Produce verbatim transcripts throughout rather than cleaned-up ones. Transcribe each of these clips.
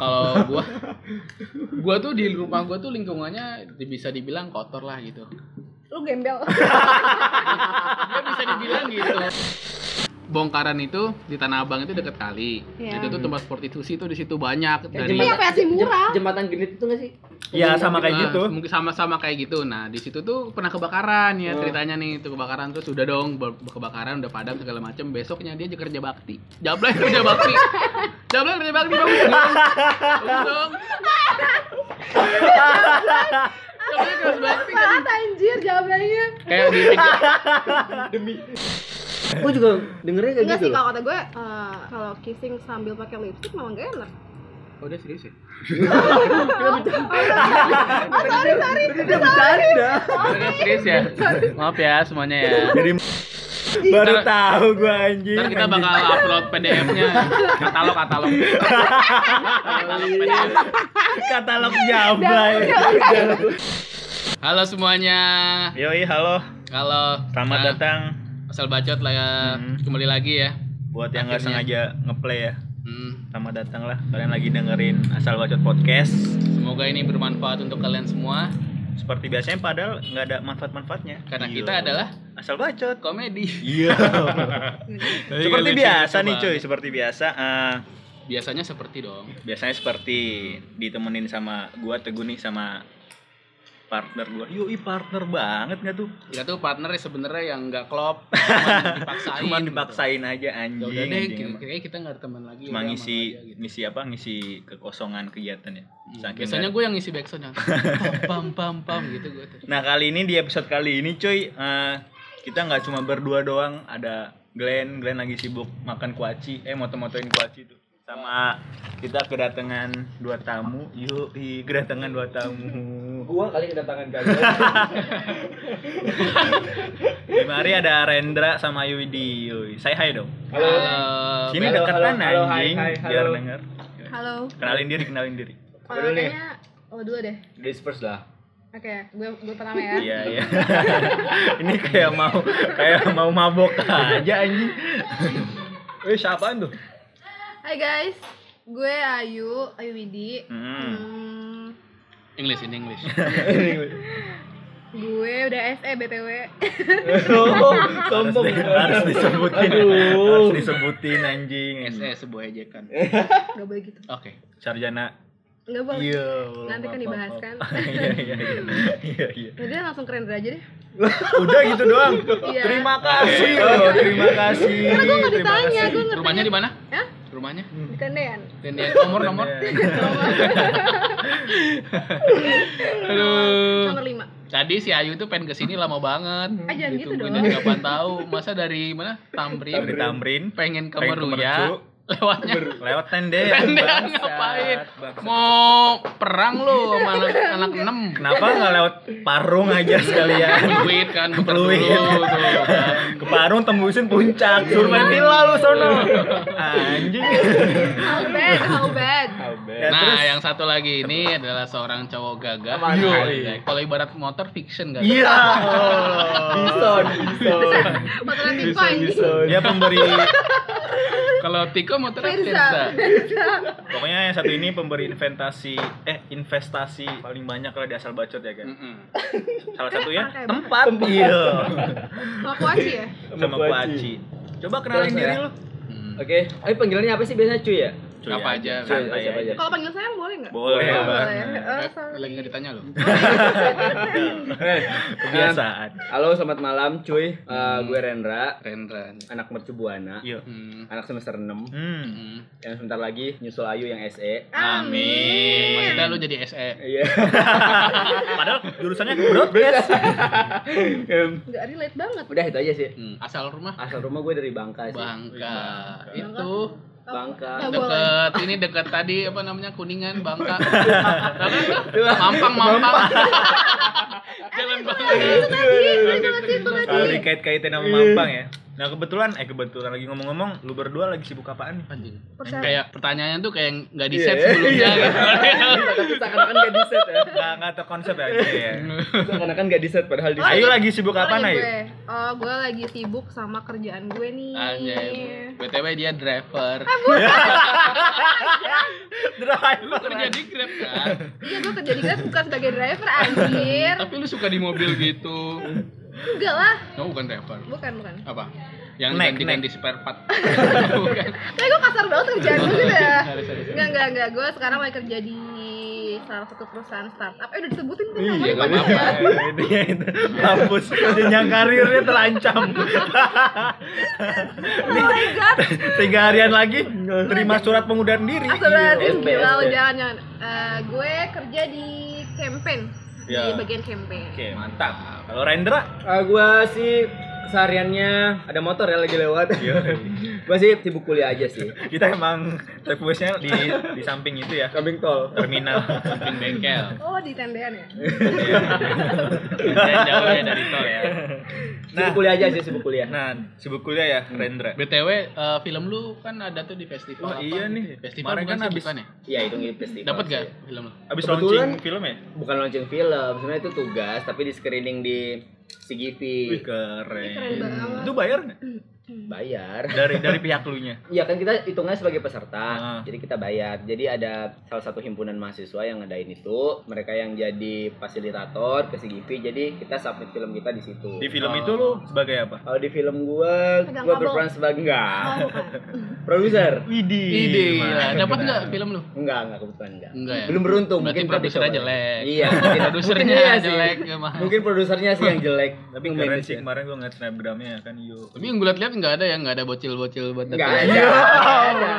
Kalau gua gua tuh di rumah gua tuh lingkungannya bisa dibilang kotor lah gitu. Lu gembel. Ya bisa dibilang gitu. Bongkaran itu di Tanah Abang itu dekat kali. Ya. Itu tuh tempat prostitusi tuh di situ banyak. Tapi ya versi murah. Jembatan Genit itu nggak sih? Ya sama kayak Nah, gitu. Mungkin sama-sama kayak gitu. Nah, di situ tuh pernah kebakaran ya, Oh. ceritanya nih, itu kebakaran terus udah dong ber- kebakaran udah padam segala macem. Besoknya dia kerja bakti. Jablay kerja bakti. Jablay kerja bakti dong. Bagus dong. Jablay kerja bakti kan. Saat anjir jawabannya. Kayak di pinggir. Demi. Gue juga dengernya kayak Enggak gitu. sih kalau kata gue eh, kalau kissing sambil pakai lipstick memang gak enak. Oh, udah serius ya? Oh sorry sorry. Dia bercanda. Udah serius ya? Maaf ya semuanya ya. Jadi baru Ntar- tahu gua anjing. Ntar kita bakal upload P D F-nya, katalog katalog. Katalog P D F. katalog Jablay. Halo semuanya. Yoi, halo. Halo. Selamat Nah, datang Asal bacot lah ya. Hmm. Kembali lagi ya. buat yang nggak Akhirnya. sengaja ngeplay ya. Hmm. Selamat datang lah. Kalian lagi dengerin Asal Bacot Podcast. Semoga ini bermanfaat untuk kalian semua. Seperti biasanya padahal nggak ada manfaat-manfaatnya. Karena Iya. kita adalah Asal Bacot. komedi. Iya. Seperti Kalian biasa coba. nih cuy, seperti biasa. eh, Biasanya seperti dong. biasanya seperti ditemenin sama gua Teguh nih sama partner gua. Yoi, partner banget nggak tuh? Kita tuh partner sebenarnya yang nggak klop, cuma dipaksain. Cuman dipaksain aja Gitu. anjing. Ya udah deh, anjing emang. kayaknya kita nggak ada teman lagi. Cuma udah, ngisi malu aja gitu. ngisi apa? Ngisi kekosongan kegiatan ya. Hmm, Saking Biasanya nggak- gue yang ngisi backsound yang pam pam pam gitu gue tuh. Nah, kali ini di episode kali ini cuy, eh, kita nggak cuma berdua doang, ada Glenn, Glenn lagi sibuk makan kuaci, eh moto-motoin kuaci tuh. Sama kita kedatangan dua tamu. Yuk, ih, kedatangan dua tamu. Gua kali kedatangan kalian. Di mari ada Rendra sama Yudi. Yoi, say hi dong. Halo. Sini halo, deketan halo, halo, anjing, hai, hai, biar halo. denger. Halo. Kenalin diri, kenalin diri. Kalau Dulu nih. kayaknya lo dulu deh. Disperse lah. Oke, gue gue pertama ya. Iya, iya. Ini kayak mau kayak mau mabok aja anjing. Eh, siapaan tuh? Hai guys, gue Ayu, Ayu Widi. Hmm. Hmm, English ini English. gue udah S E B T W. Oh, Harus, sombong. di- harus disebutin. Aduh. Harus disebutin anjing. S E sebuah ejekan. Gak boleh gitu. Oke. Sarjana. Gak boleh. Iya. Nanti kan maaf, dibahas maaf, kan. maaf. Iya, iya, iya. Iya, iya. Udah langsung keren aja deh. Udah gitu doang. Iya. Terima kasih loh, terima kasih. Karena gue gak Terima ditanya, kasih. gue ngerti. Rumahnya di mana? Hah? Rumahnya? Di Tendean. Dan dia nomor nomor. Aduh. Nomor lima. Tadi si Ayu tuh pengen kesini lama banget. Ah, jangan gitu Ditungguin dong. dari kapan tahu. Masa dari mana? Tamrin. Dari Tamrin Pengen ke pengen ke Meruya. Mercu. Lewatnya lewat tendean. tendean bangsat, ngapain? bangsat. Mau perang lu sama anak anak enam. Kenapa nggak lewat Parung aja sekalian? Fluid kan, muter Fluid. dulu tuh kan. Ke Parung tembusin puncak, survei villa lu sono. Anjing. How bad, how bad. Ya, Nah, terus? yang satu lagi ini adalah seorang cowok gagah. Apaan? Yoi. Kalau ibarat motor fiction gak? Iya. Bison, bison. Motoran Tiko Bisa, anjing. bisa. Dia pemberi. Kalau Tiko motornya Versa. Versa. Pokoknya yang satu ini pemberi investasi, eh investasi paling banyak kalau di Asal Bacot ya kan. Mm-mm. Salah satunya Pakai tempat. Iya. Mau kuaci ya? Sama Kuaci. Coba kenalin Terus diri ya? lu. Hmm. Oke, ayo panggilannya apa sih biasanya cuy ya? Cuy, Apa aja, Cuy, santai siapa aja. aja? Kalau panggil sayang boleh nggak? Boleh Boleh. banget. Oh, Eh, sorry. lagi nggak ditanya loh. Eh, Kebiasaan. halo, selamat malam cuy. Eh, gue Rendra, Rendra. anak Mercu Buana, Iya. Hmm. anak semester enam. Hmm. Hmm. Yang sebentar lagi nyusul Ayu yang S E. Amin. Maksudnya lu jadi S E. Iya. Padahal jurusannya broadcast. Em, Nggak relate banget. Udah itu aja sih. Hmm. Asal rumah Asal rumah gue dari Bangka sih. Bangka. Bangka. Itu Bangka. Nggak boleh. deket ini deket tadi apa namanya Kuningan Bangka. Mampang Mampang. Jalan Bangka. Itu tadi, gue jelasin tuh Kalau tadi. dikait-kaitin sama Mampang ya. Nah kebetulan, eh kebetulan lagi ngomong-ngomong, lu berdua lagi sibuk apaan nih? Anjing. Percaya. Kayak pertanyaannya tuh kayak nggak di set Iya. sebelumnya gitu. Tapi seakan-akan gak di set ya. Nggak nggak terkonsep ya. ya. Seakan-akan gak di set padahal di Oh, set. Ayu lagi sibuk Oh, apaan lagi Ayu? gue. Oh, gue lagi sibuk sama kerjaan gue nih. Anjay. B T W dia driver. Lu Driver. kerja di Grab kan? Iya, gue kerja di Grab bukan sebagai driver, anjir. Tapi lu suka di mobil gitu. Enggak lah, Oh, bukan driver. bukan, bukan. Apa? Yang Naik, ganti-ganti spare part. Bukan. Kayak gue kasar banget kerjaan gue gitu ya. Sorry, sorry, sorry. Enggak, enggak, enggak. Gue sekarang lagi kerja di salah satu perusahaan startup. Eh, udah disebutin tuh Iya, namanya nggak padahal ya. Eh, itu ya itu. Mampus. Jenjang karirnya terancam. Oh my god. Tiga harian lagi terima surat pengunduran diri. Astagfirullahaladzim, Iya, gila, S P. jangan, jangan. Eh, gue kerja di campaign. Di Ya. bagian campaign. Oke, mantap. Kalau Rendra? Ah, gua sih kesehariannya ada motor ya lagi lewat. Iya. Gua sih sibuk kuliah aja sih. Kita emang voice-nya di di samping itu ya, Kambing tol. terminal. Samping bengkel. Oh, di tendean ya? Dan jauhnya dari tol ya. Nah, Sibuk kuliah aja sih, sibuk kuliah. nah, sibuk kuliah ya, Rendra. B T W eh, film lu kan ada tuh di festival. Oh, apa? iya nih. Festival Kemarin bukan kan sih, habis- bukan ya? Iya, itu ngisi festival. Dapat sih. gak film lu? Abis Kebetulan- launching film ya? Bukan launching film, sebenarnya itu tugas tapi di screening di C G V. Wih, keren. Keren banget. Itu bayar nggak? Bayar. Dari dari pihak lu nya? Iya kan kita hitungnya sebagai peserta, Ah. jadi kita bayar. Jadi ada salah satu himpunan mahasiswa yang ngadain itu, mereka yang jadi fasilitator ke C G V, jadi kita submit film kita di situ. Di film Oh. itu lu sebagai apa? Kalau di film gua, Pegang gua kabel. berperan sebagai enggak, Oh, bukan. produser. Widih. Ide, gimana? dapat nggak film lu? Enggak, enggak kebetulan enggak. Enggak ya? Belum beruntung, Berarti mungkin ntar produsernya dicoba. jelek. Iya, mungkin Produsernya mungkin iya sih. jelek, nggak mahal. Mungkin produsernya sih yang jelek. Tapi Yang keren manage sih ya. kemarin gua ngeliat snapgramnya ya kan, yo. Tapi yang gue liat-liat nggak ada ya, nggak ada bocil-bocil buat Enggak datang. ada. Enggak ada.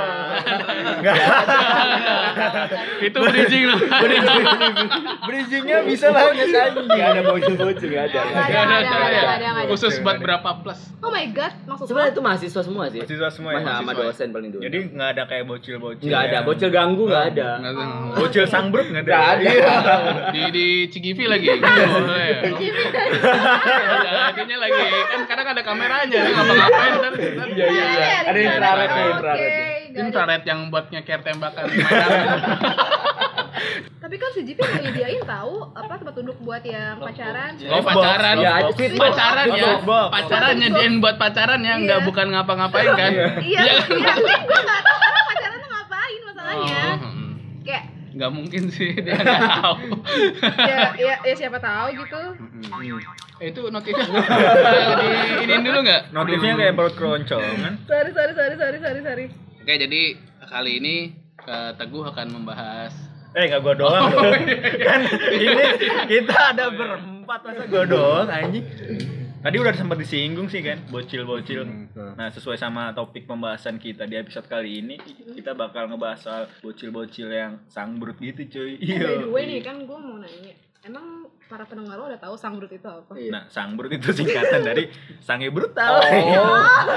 Itu bridging loh. Bridgingnya bisa banget kan. Enggak ada bocil-bocil, enggak ada. Nggak ada, Nggak nggak ada, coy, nggak ya? ada, nggak ada. Khusus buat Nggak ada. berapa plus? Oh my god, maksud Sebenarnya lo? itu mahasiswa semua sih. Mahasiswa semua ya. Mas- sama mahasiswa. dosen paling dulu. Jadi nggak ada kayak bocil-bocil. enggak ada, yang- bocil ganggu enggak ada. Nggak tahu. Bocil sangbrut nggak ada. Nggak ada. Di di C G V lagi. Boleh. Ada adanya lagi. Kan kadang ada kameranya, lu ngapa-ngapain ntar. ntar- Iya, iya, iya. Ada infrarednya, Oke, infrared. nggak ada. Infrared yang buat nyeker tembakan mainan. Tapi kan C G V nyediain tahu apa tempat duduk buat yang pacaran. Oh, pacaran. Iya, Softbox. sweet box. Pacaran ya. Sweet box. Pacaran nyediain buat pacaran ya, nggak Iya. bukan ngapa-ngapain kan? Iya, Iya iya, kan? tapi gue nggak tahu orang pacaran tuh ngapain masalahnya. Oh, hmm. Kayak Nggak mungkin sih, dia nggak tahu. ya, ya, ya siapa tahu gitu. Eh, itu notifnya di iniin dulu nggak? Notifnya kayak perut keroncongan. Sorry, sorry, sorry, sorry, sorry, sorry. Oke, jadi kali ini eh, Teguh akan membahas Eh nggak gua doang dong. Kan ini kita ada berempat, masa gua doang anjing. Tadi udah sempat disinggung sih kan, bocil-bocil. Nah, sesuai sama topik pembahasan kita di episode kali ini, kita bakal ngebahas soal bocil-bocil yang sangbrut gitu, cuy. Eh, by the way nih kan gue mau nanya, emang para pendengar lo udah tahu sangbrut itu apa? Iya. Nah, sangbrut itu singkatan dari sange brutal. Oh.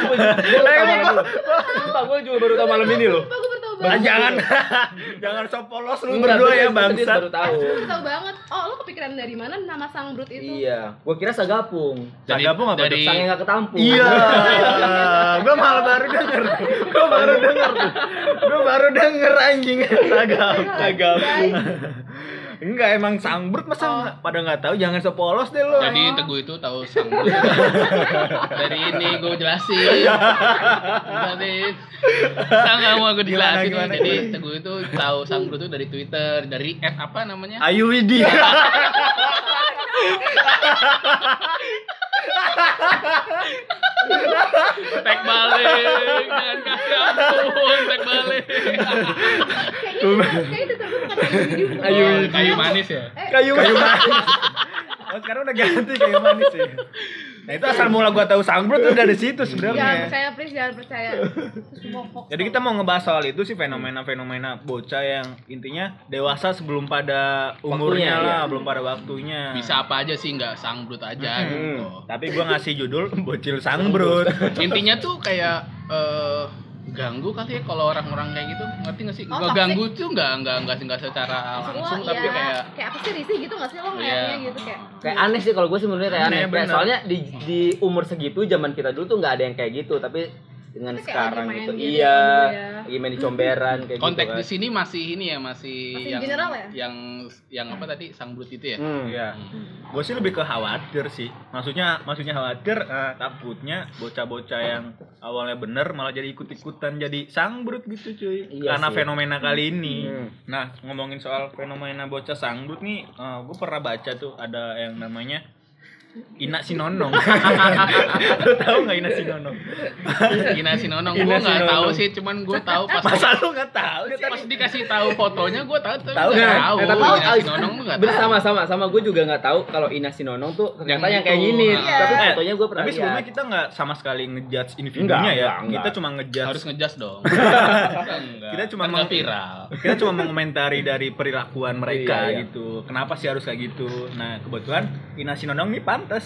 Sumpah gue juga baru tahu malam ini loh. Sumpah gue baru tahu Ah, banget. jangan jangan sok polos lu Enggak, berdua bener, ya, bener, bangsa. baru tahu. Gue baru tahu banget. Oh, lo kepikiran dari mana nama sangbrut itu? Iya, gua kira sagapung. Dari- Sagapung apa dari- tuh? Sange nggak ketampung. Iya, gua malah baru denger. Gua baru denger tuh. Gua baru denger anjing sagapung. Sagapung. Enggak, emang sangbrut masa Oh. nggak- pada nggak tahu, jangan so polos deh lo. Jadi Teguh itu tahu sangbrut. Dari ini gue jelasin. Jelasin. Saya nggak mau gue jelasin. Gimana, gimana, Jadi gimana? Teguh itu tahu sangbrut itu dari Twitter, dari at apa namanya? Ayu Widi. Tag balik, jangan kasih ampun, tag balik. Kayaknya kayaknya itu terus bukan video. Ayu Oh, Widi. kayu manis ya. Eh, Kayu Kayu manis. Oh, sekarang udah ganti kayu manis ya. Nah, itu asal mula gua tahu sangbrut tuh dari situ Jangan sebenarnya. percaya, please jangan percaya. Terus ngomong. Jadi kita mau ngebahas soal itu sih, fenomena-fenomena bocah yang intinya dewasa sebelum pada umurnya Waktunya, lah, iya. belum pada waktunya. Bisa apa aja sih, nggak sangbrut aja gitu. Tapi gua ngasih judul bocil sangbrut. Intinya tuh kayak eh ngeganggu kali ya kalau orang-orang kayak gitu, ngerti nggak sih? Oh, Ngeganggu tuh nggak nggak nggak nggak secara Maksud lo, langsung, iya, tapi kayak kayak apa sih risih gitu nggak sih lo ngeliatnya Iya. gitu kayak Kayak aneh sih kalau gue sebenarnya kayak Aneh, aneh. Kayak bener. soalnya di di umur segitu zaman kita dulu tuh nggak ada yang kayak gitu, tapi dengan Tapi kayak sekarang lagi main gitu. gitu Iya, dulu ya. lagi main di comberan kayak konteks gitu di kan. sini masih ini ya masih, Masih yang general ya? yang yang apa tadi sang brut itu ya. Hmm. Iya. Gue sih lebih ke khawatir sih. Maksudnya maksudnya khawatir eh, takutnya bocah-bocah yang awalnya bener malah jadi ikut-ikutan jadi sangbrut gitu cuy. Iya Karena sih. fenomena kali ini. Hmm. Nah, ngomongin soal fenomena bocah sangbrut nih, gue pernah baca tuh ada yang namanya Ina Sinonong. Lu tahu nggak Ina Sinonong? Gina Sinonong, Gina gue nggak Sinonong. tahu sih, cuman gue tahu pas Masa lu nggak tahu sih? pas dikasih tahu fotonya gue tahu tapi Tahu nggak nggak? tahu. Eh, tapi Gina oh, Sinonong tuh nggak tahu. bersama-sama sama gue juga nggak tahu kalau Ina Sinonong tuh ternyata Yang yang, kayak itu. gini. Iya. Tapi Eh, fotonya gue pernah Tapi sebelumnya lihat. kita nggak sama sekali ngejudge individunya Enggak, ya. enggak, Kita enggak. cuma ngejudge. Harus ngejas dong. Kita cuma Kan nggak meng- viral. Kita cuma mengomentari dari perilakuan mereka Iya, iya. gitu. Kenapa sih harus kayak gitu? Nah, kebetulan Ina Sinonong nih pantas.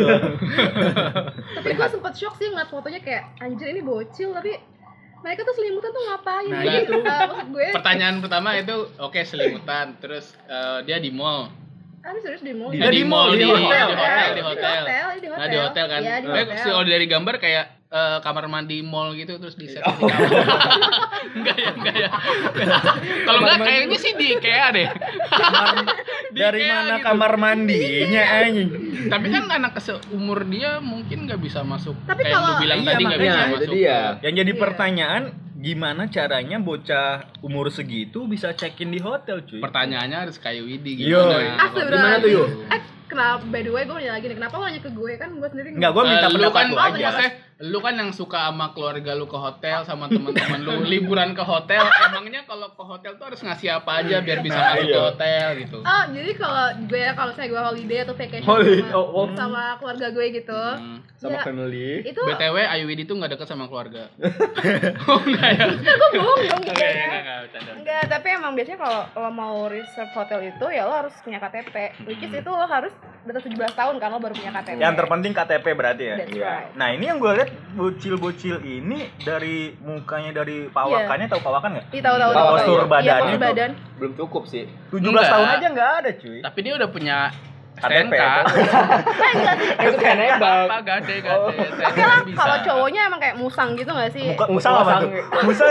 tapi gue sempet shock sih ngeliat fotonya kayak anjir ini bocil tapi mereka tuh selimutan tuh ngapain Nah, Jadi, itu. eh, maksud gue Pertanyaan pertama itu oke selimutan, terus eh, dia di mall. ah ini serius di mall Dia di mall, di di, hotel. di hotel, di hotel. di hotel Nah di hotel kan. Iya, di Kayak hotel. si kalau dari gambar kayak eh, kamar mandi mall gitu terus di set di kamar. Enggak ya, enggak ya. Kalau enggak kayaknya sih di IKEA deh. Di Dari IKEA mana gitu. kamar mandinya anjing? Tapi kan anak seumur dia mungkin nggak bisa masuk. Tapi kayak kalau- lu bilang Iya, tadi nggak makanya, bisa itu masuk. dia. ke- Yang jadi Iya. pertanyaan gimana caranya bocah umur segitu bisa check-in di hotel, cuy? Pertanyaannya harus kayak Widi Yo. gimana? ah Kalau- Gimana tuh, Yu? eh kenapa by the way gue mau nanya lagi nih kenapa lo nanya ke gue kan gue sendiri Enggak, gua minta Eh, lu pendapat kan lu oh, aja. maksudnya, lu kan yang suka sama keluarga lu ke hotel sama teman-teman lu liburan ke hotel, emangnya kalau ke hotel tuh harus ngasih apa aja biar bisa Nah, masuk iya. ke hotel gitu. oh jadi kalau gue kalau saya gue holiday atau vacation Holiday, sama, oh, oh. sama keluarga gue gitu Hmm. Sama ya, family. itu B T W Ayu Widi tuh nggak deket sama keluarga. Oh enggak ya? gue bohong dong gitu Oke, ya enggak enggak bercanda. Enggak, tapi emang biasanya kalau lo mau reserve hotel itu ya lo harus punya K T P. Which is itu lo harus udah tujuh belas tahun kan lo baru punya K T P. Yang terpenting K T P berarti ya. That's Iya. right. Nah, ini yang gue lihat bocil-bocil ini dari mukanya dari pawakannya tahu pawakan nggak? Iya, tahu tahu Tahu, tahu. postur Iya, badannya postur tuh. badan. Belum cukup sih. tujuh belas Enggak. tahun aja nggak ada, cuy. Tapi dia udah punya K T P. S T N K. Itu kan hebat. Apa gade gade. Oh. S T N K Oke lah, bisa. kalau cowoknya emang kayak musang gitu nggak sih? Muka musang apa tuh? Musang.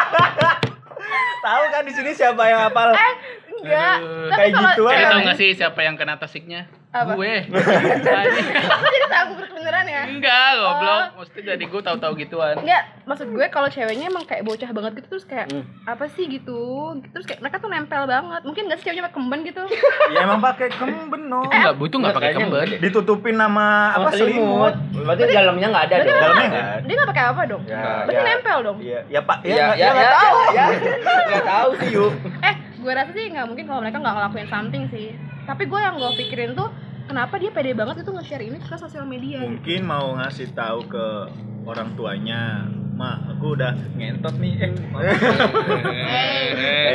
Tahu kan di sini siapa yang hafal? Eh, enggak. Aduh, Tapi kayak kalau gituan. Eh, cewek- tau gak sih siapa yang kena tasiknya? Apa? Gue. Anjing. Aku jadi tahu beneran ya. Enggak, goblok. Mesti dari gue tahu-tahu gituan. Enggak, maksud gue kalau ceweknya emang kayak bocah banget gitu terus kayak Hmm. apa sih gitu. Terus kayak mereka tuh nempel banget. Mungkin nggak sih ceweknya pakai kemben gitu? Ya emang pakai kemben no. Enggak, itu enggak pakai Kayaknya kemben. enggak Ditutupin nama apa selimut. Berarti dalamnya nggak ada Berarti dong. Dalamnya apa? nggak ada. Dia nggak pakai apa dong? Ya, Berarti ya. nempel dong. Iya, ya Pak. Ya, Ya, ya, ya, nggak tahu. ya. Nggak tahu sih, Yuk. Eh, gue rasa sih nggak mungkin kalau mereka nggak ngelakuin something sih. Tapi gue yang gue pikirin tuh kenapa dia pede banget itu nge-share ini ke sosial media gitu. Mungkin mau ngasih tahu ke orang tuanya. Ma, aku udah ngentot nih. Eh, Eh,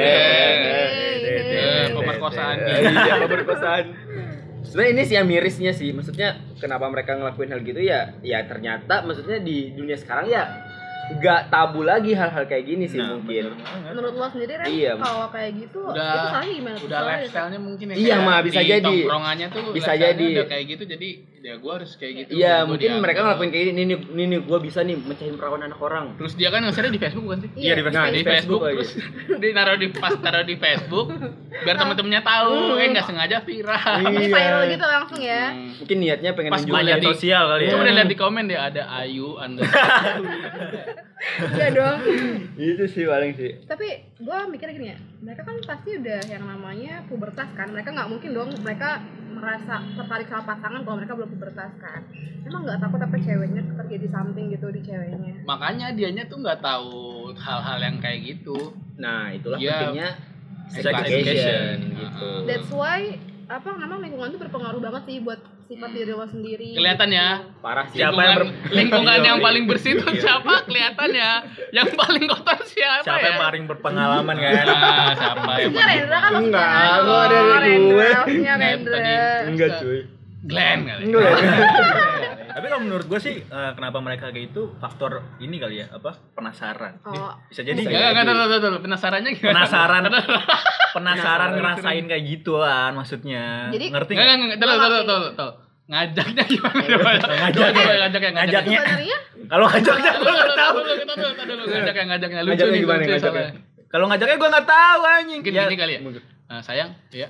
eh, pemerkosaan. Iya, pemerkosaan. Sebenarnya ini sih yang mirisnya sih. Maksudnya kenapa mereka ngelakuin hal gitu ya? Ya ternyata maksudnya di dunia sekarang ya nggak tabu lagi hal-hal kayak gini sih Nah, mungkin. bener banget. Menurut lo sendiri Ren, Iya. kalau kayak gitu Udah- itu salahnya gimana? tuh? Udah Salahnya lifestyle-nya mungkin ya. Iya, kayak Ma, bisa di jadi. tongkrongannya tuh Bisa lifestyle-nya jadi. udah kayak gitu jadi ya gue harus kayak gitu. Iya, Gua mungkin dianggap. mereka ngelakuin kayak gini. Nih, nih, nih, nih gue bisa nih mecahin perawan anak orang. Terus dia kan nge-share di Facebook bukan sih? Iya, di Nah, Nah, di di Facebook, Facebook lagi. terus di naruh di pas taruh di Facebook biar temen-temennya tahu, eh nggak sengaja viral. Jadi Iya. viral gitu langsung ya. Hmm. Mungkin niatnya pengen Pas nunjukin. banyak Media sosial kali ya. Coba udah lihat di komen deh ada Ayu Anda. Iya dong. Itu sih paling sih. Tapi gue mikirnya gini ya, mereka kan pasti udah yang namanya pubertas kan. Mereka nggak mungkin dong mereka merasa tertarik sama pasangan kalau mereka belum pubertas kan. Emang nggak takut apa ceweknya terjadi something gitu di ceweknya? Makanya dianya tuh nggak tahu hal-hal yang kayak gitu. Nah, itulah Iya. pentingnya Sex sex education. education gitu. That's why apa namanya lingkungan tuh berpengaruh banget sih buat sifat diri lo sendiri. Kelihatan ya. Parah sih. Siapa yang Lingkungan, ber- lingkungan Iya, yang iya. paling bersih tuh siapa? Kelihatan ya. Yang paling kotor siapa, Siapa ya? yang paling berpengalaman kan? Nah, siapa yang Maksudnya paling Rendra kan maksudnya. Enggak, Oh, gua dari Rendra, gue. maksudnya Nah, Rendra. tadi. Enggak, cuy. Glenn kali. Enggak. Tapi kalau menurut gue sih eh, kenapa mereka kayak itu faktor ini kali ya, apa? Penasaran. Oh. Eh, bisa jadi Enggak, enggak, enggak, enggak, enggak, penasarannya gimana? penasaran penasaran ngerasain kayak gituan maksudnya. Jadi- ngerti Enggak, nggak? enggak, enggak, tuh, tuh, tuh, tuh. Ngajaknya gimana? Ngajaknya. Coba ngajaknya, Ngajaknya. Sebenarnya Kalau ngajaknya gue nggak tahu. Dulu, kita dulu, kita dulu. Ngajaknya, ngajaknya. Lucu Ngajaknya nih, gimana, lucu ngajaknya? soalnya. Kalau ngajaknya gue nggak tahu anjing. Mungkin Ya, gini kali ya. Eh, sayang, ya.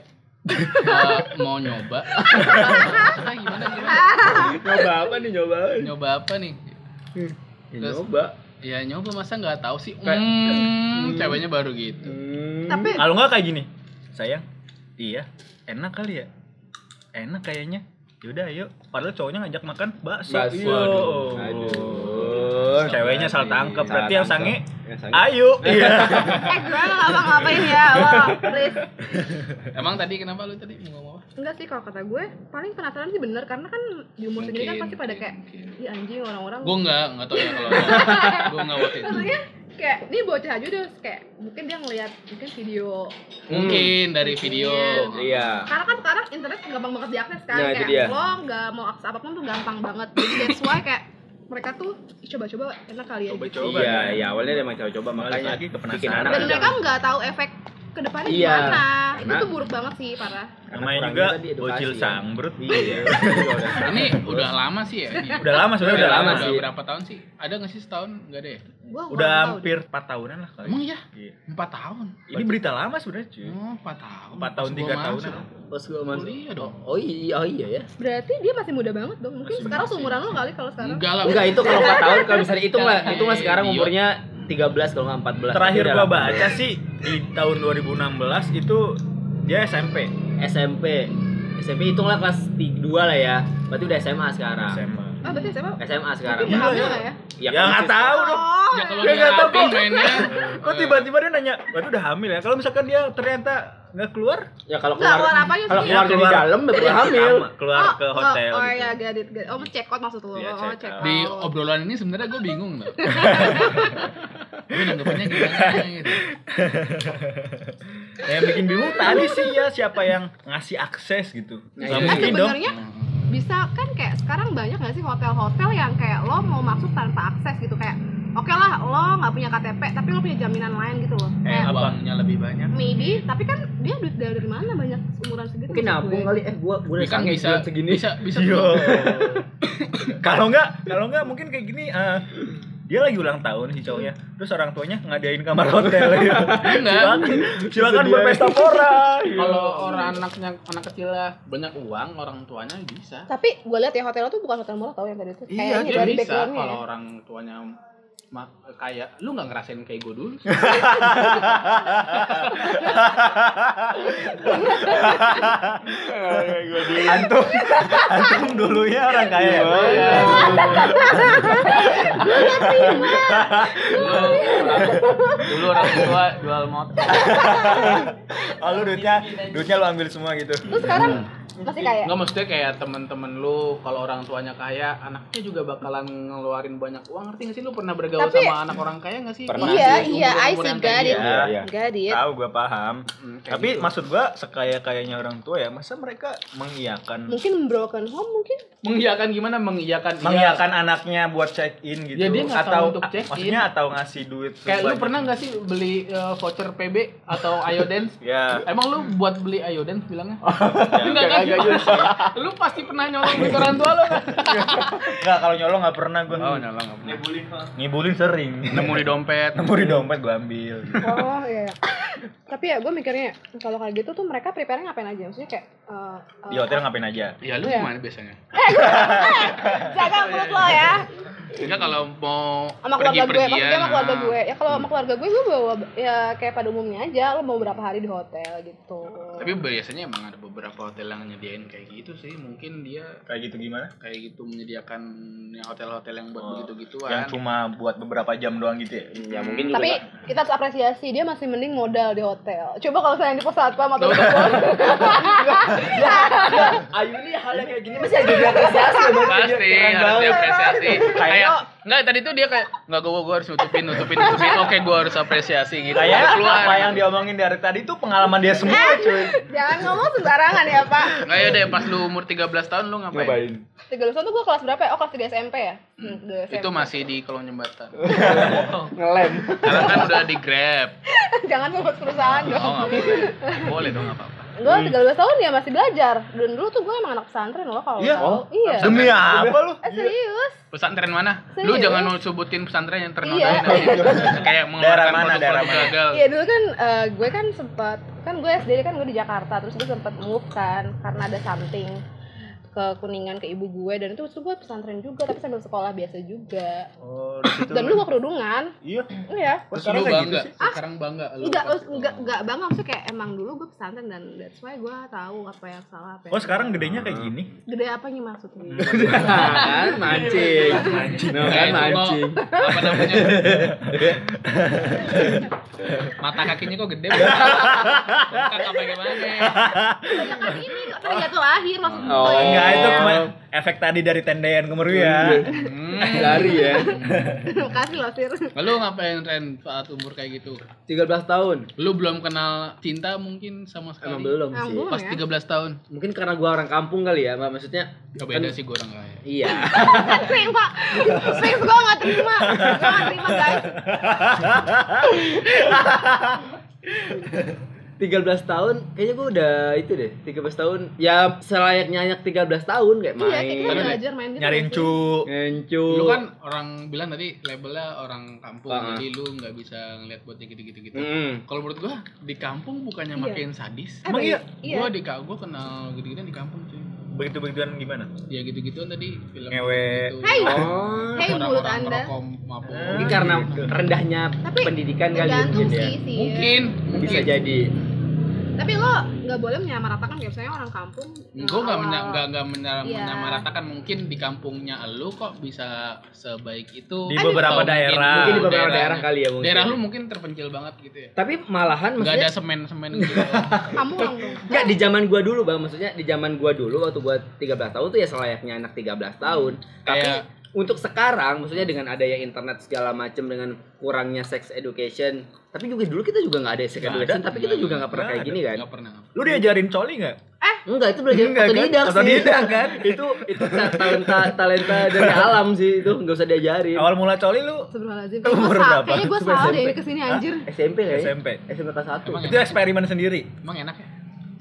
Eh, mau nyoba. Maksudnya gimana, gimana? Nyoba apa nih nyoba? Nyoba apa nih? Ya, Terus- nyoba. Ya nyoba masa nggak tahu sih. Kayak- Hmm, ceweknya baru gitu. Hmm. tapi Kalau nggak kayak gini, sayang, iya, enak kali ya, enak kayaknya. Yaudah, ayo. Padahal cowoknya ngajak makan bakso. Bakso. Iya. Aduh. Aduh. Ceweknya salah tangkep. Salah Berarti yang tangkep. sange, Yang sange. ayo. Iya. eh gue nggak ngapa-ngapain ya lo please. Emang tadi kenapa lu tadi mau ngomong apa? Enggak sih, kalau kata gue paling penasaran sih bener, karena kan di umur segini kan Mungkin, pasti pada mungkin, kayak mungkin. ih anjing orang-orang. Gue nggak, nggak tahu ya kalau gue nggak waktu itu. Maksudnya kayak ini bocah aja udah kayak mungkin dia ngeliat mungkin video. Mungkin dari video. Iya. Karena kan sekarang internet gampang banget diakses kan, Nah, itu kayak dia. lo nggak mau akses apapun tuh gampang banget. Jadi that's why kayak mereka tuh "Ih, coba-coba enak kali ya." gitu. Coba-coba. Iya, iya awalnya emang coba-coba Balik makanya lagi ke penasaran. bikin anak Dan tuh mereka jangan- nggak tahu efek kedepannya Iya. gimana. Itu Karena- tuh buruk banget sih, parah. Namanya kurangnya juga tadi edukasi bocil ya. sangbrut. Iya. Ini udah lama sih ya. Ini. Udah lama sebenarnya, Udah udah lama lama sih. Udah berapa tahun sih? Ada nggak sih setahun? Nggak ada ya? Gua Udah kurang tahu hampir empat tahunan lah kali. Emang iya? Iya. Empat tahun. Ini berita lama sebenarnya, cuy. Oh, empat tahun. Empat tahun, Pas tiga gua tahunan. masuk. Pas gua masuk. Kuliah dong. Oh iya, oh iya ya. deh. Berarti dia masih muda banget dong. Mungkin Masih sekarang masih. seumuran lo kali kalau sekarang. Enggak lah. Enggak, itu kalau empat tahun kalau misalnya hitung lah, Jangan hitung lah kayak sekarang idiot. umurnya tiga belas kalau nggak empat belas. Terakhir Tapi gua udah baca sih di tahun dua ribu enam belas itu dia S M P. S M P. S M P hitunglah kelas dua lah ya. Berarti udah S M A sekarang. S M A. Ah, berarti siapa? S M A sekarang. Tapi Iya, hamil iya. nggak ya? Ya nggak tahu dong. Ya kalau Ya dia nggak tahu rapi kok. mainnya. Kok tiba-tiba dia nanya, berarti udah hamil ya? Kalau misalkan dia ternyata nggak keluar, Ya kalau Nggak, keluar keluar apanya kalau sih? keluar dari keluar- dalam berarti Iya, hamil. sama, keluar Oh, ke hotel. Oh, oh gitu. ya, get it, get it. Oh, check out maksud lo. Iya, Oh, check check out. out. Di obrolan ini sebenarnya gue bingung loh. Gue nanggepinnya gimana gitu. Yang bikin bingung tadi sih ya siapa yang ngasih akses gitu. Nah, Nggak iya. mungkin dong. Sebenarnya bisa kan kayak sekarang banyak nggak sih hotel-hotel yang kayak lo mau masuk tanpa akses gitu, kayak oke lah lo nggak punya K T P tapi lo punya jaminan lain gitu loh, Eh, kayak apa? Abangnya lebih banyak. maybe, tapi kan dia duit dari dari mana banyak umuran segitu. Mungkin maksud nabung gue. kali eh gua gua udah Tapi kan sange bisa, bulan segini. bisa, bisa. Yo. Kalau nggak, kalau nggak mungkin kayak gini. eh, dia lagi ulang tahun si cowoknya, terus orang tuanya ngadain kamar hotel gitu. Silakan, silakan Sedia. berpesta pora. Kalau orang anaknya anak kecil lah banyak uang, orang tuanya bisa. Tapi gue lihat ya hotel tuh bukan hotel murah tau yang tadi itu. Iya, Kayaknya dia dari bisa backgroundnya kalau ya. orang tuanya ma- kayak lu nggak ngerasain kayak gue dulu. Antum, antum dulunya orang kaya. ya? dulu, dulu orang tua jual motor. Oh, lu duitnya, duitnya lu ambil semua gitu. Terus sekarang masih kaya. Nggak, maksudnya kayak temen-temen lu kalau orang tuanya kaya, anaknya juga bakalan ngeluarin banyak uang. Ngerti nggak sih, lu pernah bergaul Tapi- sama anak orang kaya nggak sih? Pernah Iya, Di iya, I umur-umur see yang kayak got it. gitu. Iya, iya. Got it. Tahu gua paham. Hmm, kayak Tapi gitu. maksud gua sekaya-kayanya orang tua ya, masa mereka mengiyakan Mungkin broken home mungkin. mengiyakan gimana? Mengiyakan iya. mengiyakan anaknya buat check in gitu Ya, dia nggak tahu atau untuk a- check in. maksudnya atau ngasih duit Kayak lu sebanyak- pernah nggak sih beli uh, voucher P B atau Ayo Dance? Ya. Emang lu buat beli Ayo Dance bilangnya? Ya, Enggak kan? Kagak juga. Lu pasti pernah nyolong duit orang tua lu kan? Enggak, kalau nyolong enggak pernah gua. Oh, nyolong nggak pernah. Ngibulin sering. Nemu di dompet. Nemu di dompet gua ambil. Oh iya. Tapi ya gue mikirnya kalau kayak gitu tuh mereka prepare ngapain aja? Maksudnya kayak uh, uh, Di hotel ngapain aja? Ya lu Iya. gimana biasanya? jaga mulut lo ya. Enggak kalau mau Sama keluarga gue, pergi-pergian, maksudnya sama keluarga nah. gue. Ya kalau sama keluarga gue gue bawa ya kayak pada umumnya aja, lo mau berapa hari di hotel gitu. Tapi biasanya emang ada beberapa hotel yang nyediain kayak gitu sih. Mungkin dia Kayak gitu gimana? kayak gitu menyediakan yang hotel-hotel yang buat Oh, begitu-gituan. Yang cuma buat beberapa jam doang gitu ya? Ya mungkin juga. Tapi kita harus apresiasi dia masih mending modal di hotel. Coba kalau saya di pos satpam atau di Ayu ini hal yang kayak gini masih ada diapresiasi ya, Bang. Pasti Keren harus banget. diapresiasi. Kayak Enggak, tadi tuh dia kayak enggak gua gua harus nutupin nutupin nutupin. Oke, gua harus apresiasi gitu. Kayak keluar. apa yang diomongin dari tadi tuh pengalaman dia semua, cuy. Jangan ngomong sembarangan ya, Pak. Enggak ya deh, pas lu umur tiga belas tahun lu ngapain? Ngapain? tiga belas tahun tuh gue kelas berapa ya? Oh, kelas tiga S M P ya? Hmm, tiga S M P. Itu masih di kolong jembatan. Ngelem. Sekarang kan udah di Grab. Jangan sebut perusahaan dong. Oh, enggak boleh. Boleh dong, enggak apa-apa. Gue tiga belas tahun ya masih belajar. Dan dulu tuh gue emang anak pesantren loh kalau Iya? tahu. Iya. Demi apa lu? Eh serius? Pesantren mana? Serius? Lu jangan mau sebutin pesantren yang ternodai Iya. nanti. Kayak mengeluarkan Daerah mana, produk-produk daerah mana? gagal. Iya dulu kan eh, gue kan sempat kan gue S D kan gue di Jakarta terus gue sempat move kan karena ada something ke Kuningan ke ibu gue dan itu gue pesantren juga tapi sambil sekolah biasa juga. Oh, di situ. Dan dulu gue kerudungan. Iya. Iya. Terus Sekarang lu kayak bangga, gitu sih. sekarang bangga lu. Enggak, pas- enggak, enggak bangga maksudnya kayak emang dulu gue pesantren dan that's why gue tahu apa yang salah apa yang Oh, sekarang gedenya kayak gini. gede apanya maksudnya? kan mancing. Mancing. No, kan Kayak itu mancing. kok, apa namanya? Mata kakinya kok gede banget. Bengkak apa gimana? Kan ini kok terjatuh lahir maksud gue. Oh, Enggak, itu cuma efek tadi dari tendean ke Meruya. Hmm. Lari ya. Makasih loh Sir. Lu ngapain Ren saat umur kayak gitu? tiga belas tahun. Lu belum kenal cinta mungkin sama sekali? Emang belum Emang sih. belum. Pas ya? tiga belas tahun. Mungkin karena gua orang kampung kali ya, Mbak. Maksudnya Gak beda sih gua orang kaya. iya. Sering pak, sering gue gak terima, gue gak terima guys. tiga belas tahun kayaknya gua udah itu deh. tiga belas tahun. Ya selayaknya anak tiga belas tahun kayak Iya, kayak kita main. belajar main gitu. Nyariin cu. Ngencu. Lu kan orang bilang tadi labelnya orang kampung, Ah. jadi lu nggak bisa ngeliat buat gitu-gitu gitu. Mm. Kalau menurut gua di kampung bukannya Iya. makin sadis. Emang iya? Gua di gua kenal gitu-gitu di kampung cuy. Begitu-begituan gimana? Ya gitu-gituan tadi film Ngewe. gitu. Hey. Oh. Hey, mulut Orang-orang Anda. ngerokok mabuk. Mungkin karena rendahnya Tapi pendidikan kali ya tergantung mungkin ya. sih sih. Mungkin, Bisa mungkin. jadi. Tapi lo nggak boleh menyamaratakan kayak misalnya orang kampung. yang Gue nggak awal- menya, nggak nggak menya- Iya. menyamaratakan mungkin di kampungnya lu kok bisa sebaik itu Di beberapa Atau mungkin- daerah. Mungkin di beberapa daerah- daerah kali ya mungkin. daerah lu mungkin terpencil banget gitu ya, Tapi malahan nggak maksudnya ada semen-semen gitu. Kamu orang dong. Enggak, di zaman gua dulu, Bang. Maksudnya di zaman gua dulu waktu gua tiga belas tahun tuh ya selayaknya anak tiga belas tahun. Tapi Kayak- untuk sekarang maksudnya dengan adanya internet segala macam dengan kurangnya sex education. Tapi juga dulu kita juga nggak ada sex Nggak education, ada, tapi kita nggak juga ada. nggak pernah Nggak kayak ada. gini kan. Nggak pernah. Lu diajarin coli nggak? Enggak, itu belajar Enggak, kan? otodidak sih. Otodidak, kan? itu itu ta- talenta talenta dari alam sih itu, nggak usah diajarin. Awal mula coli lu Sebenarnya Umur berapa? Kayaknya gue Umur salah S M P. deh ini kesini anjir. S M P ya? S M P. S M P kelas satu. Emang Itu eksperimen sendiri. Emang enak ya?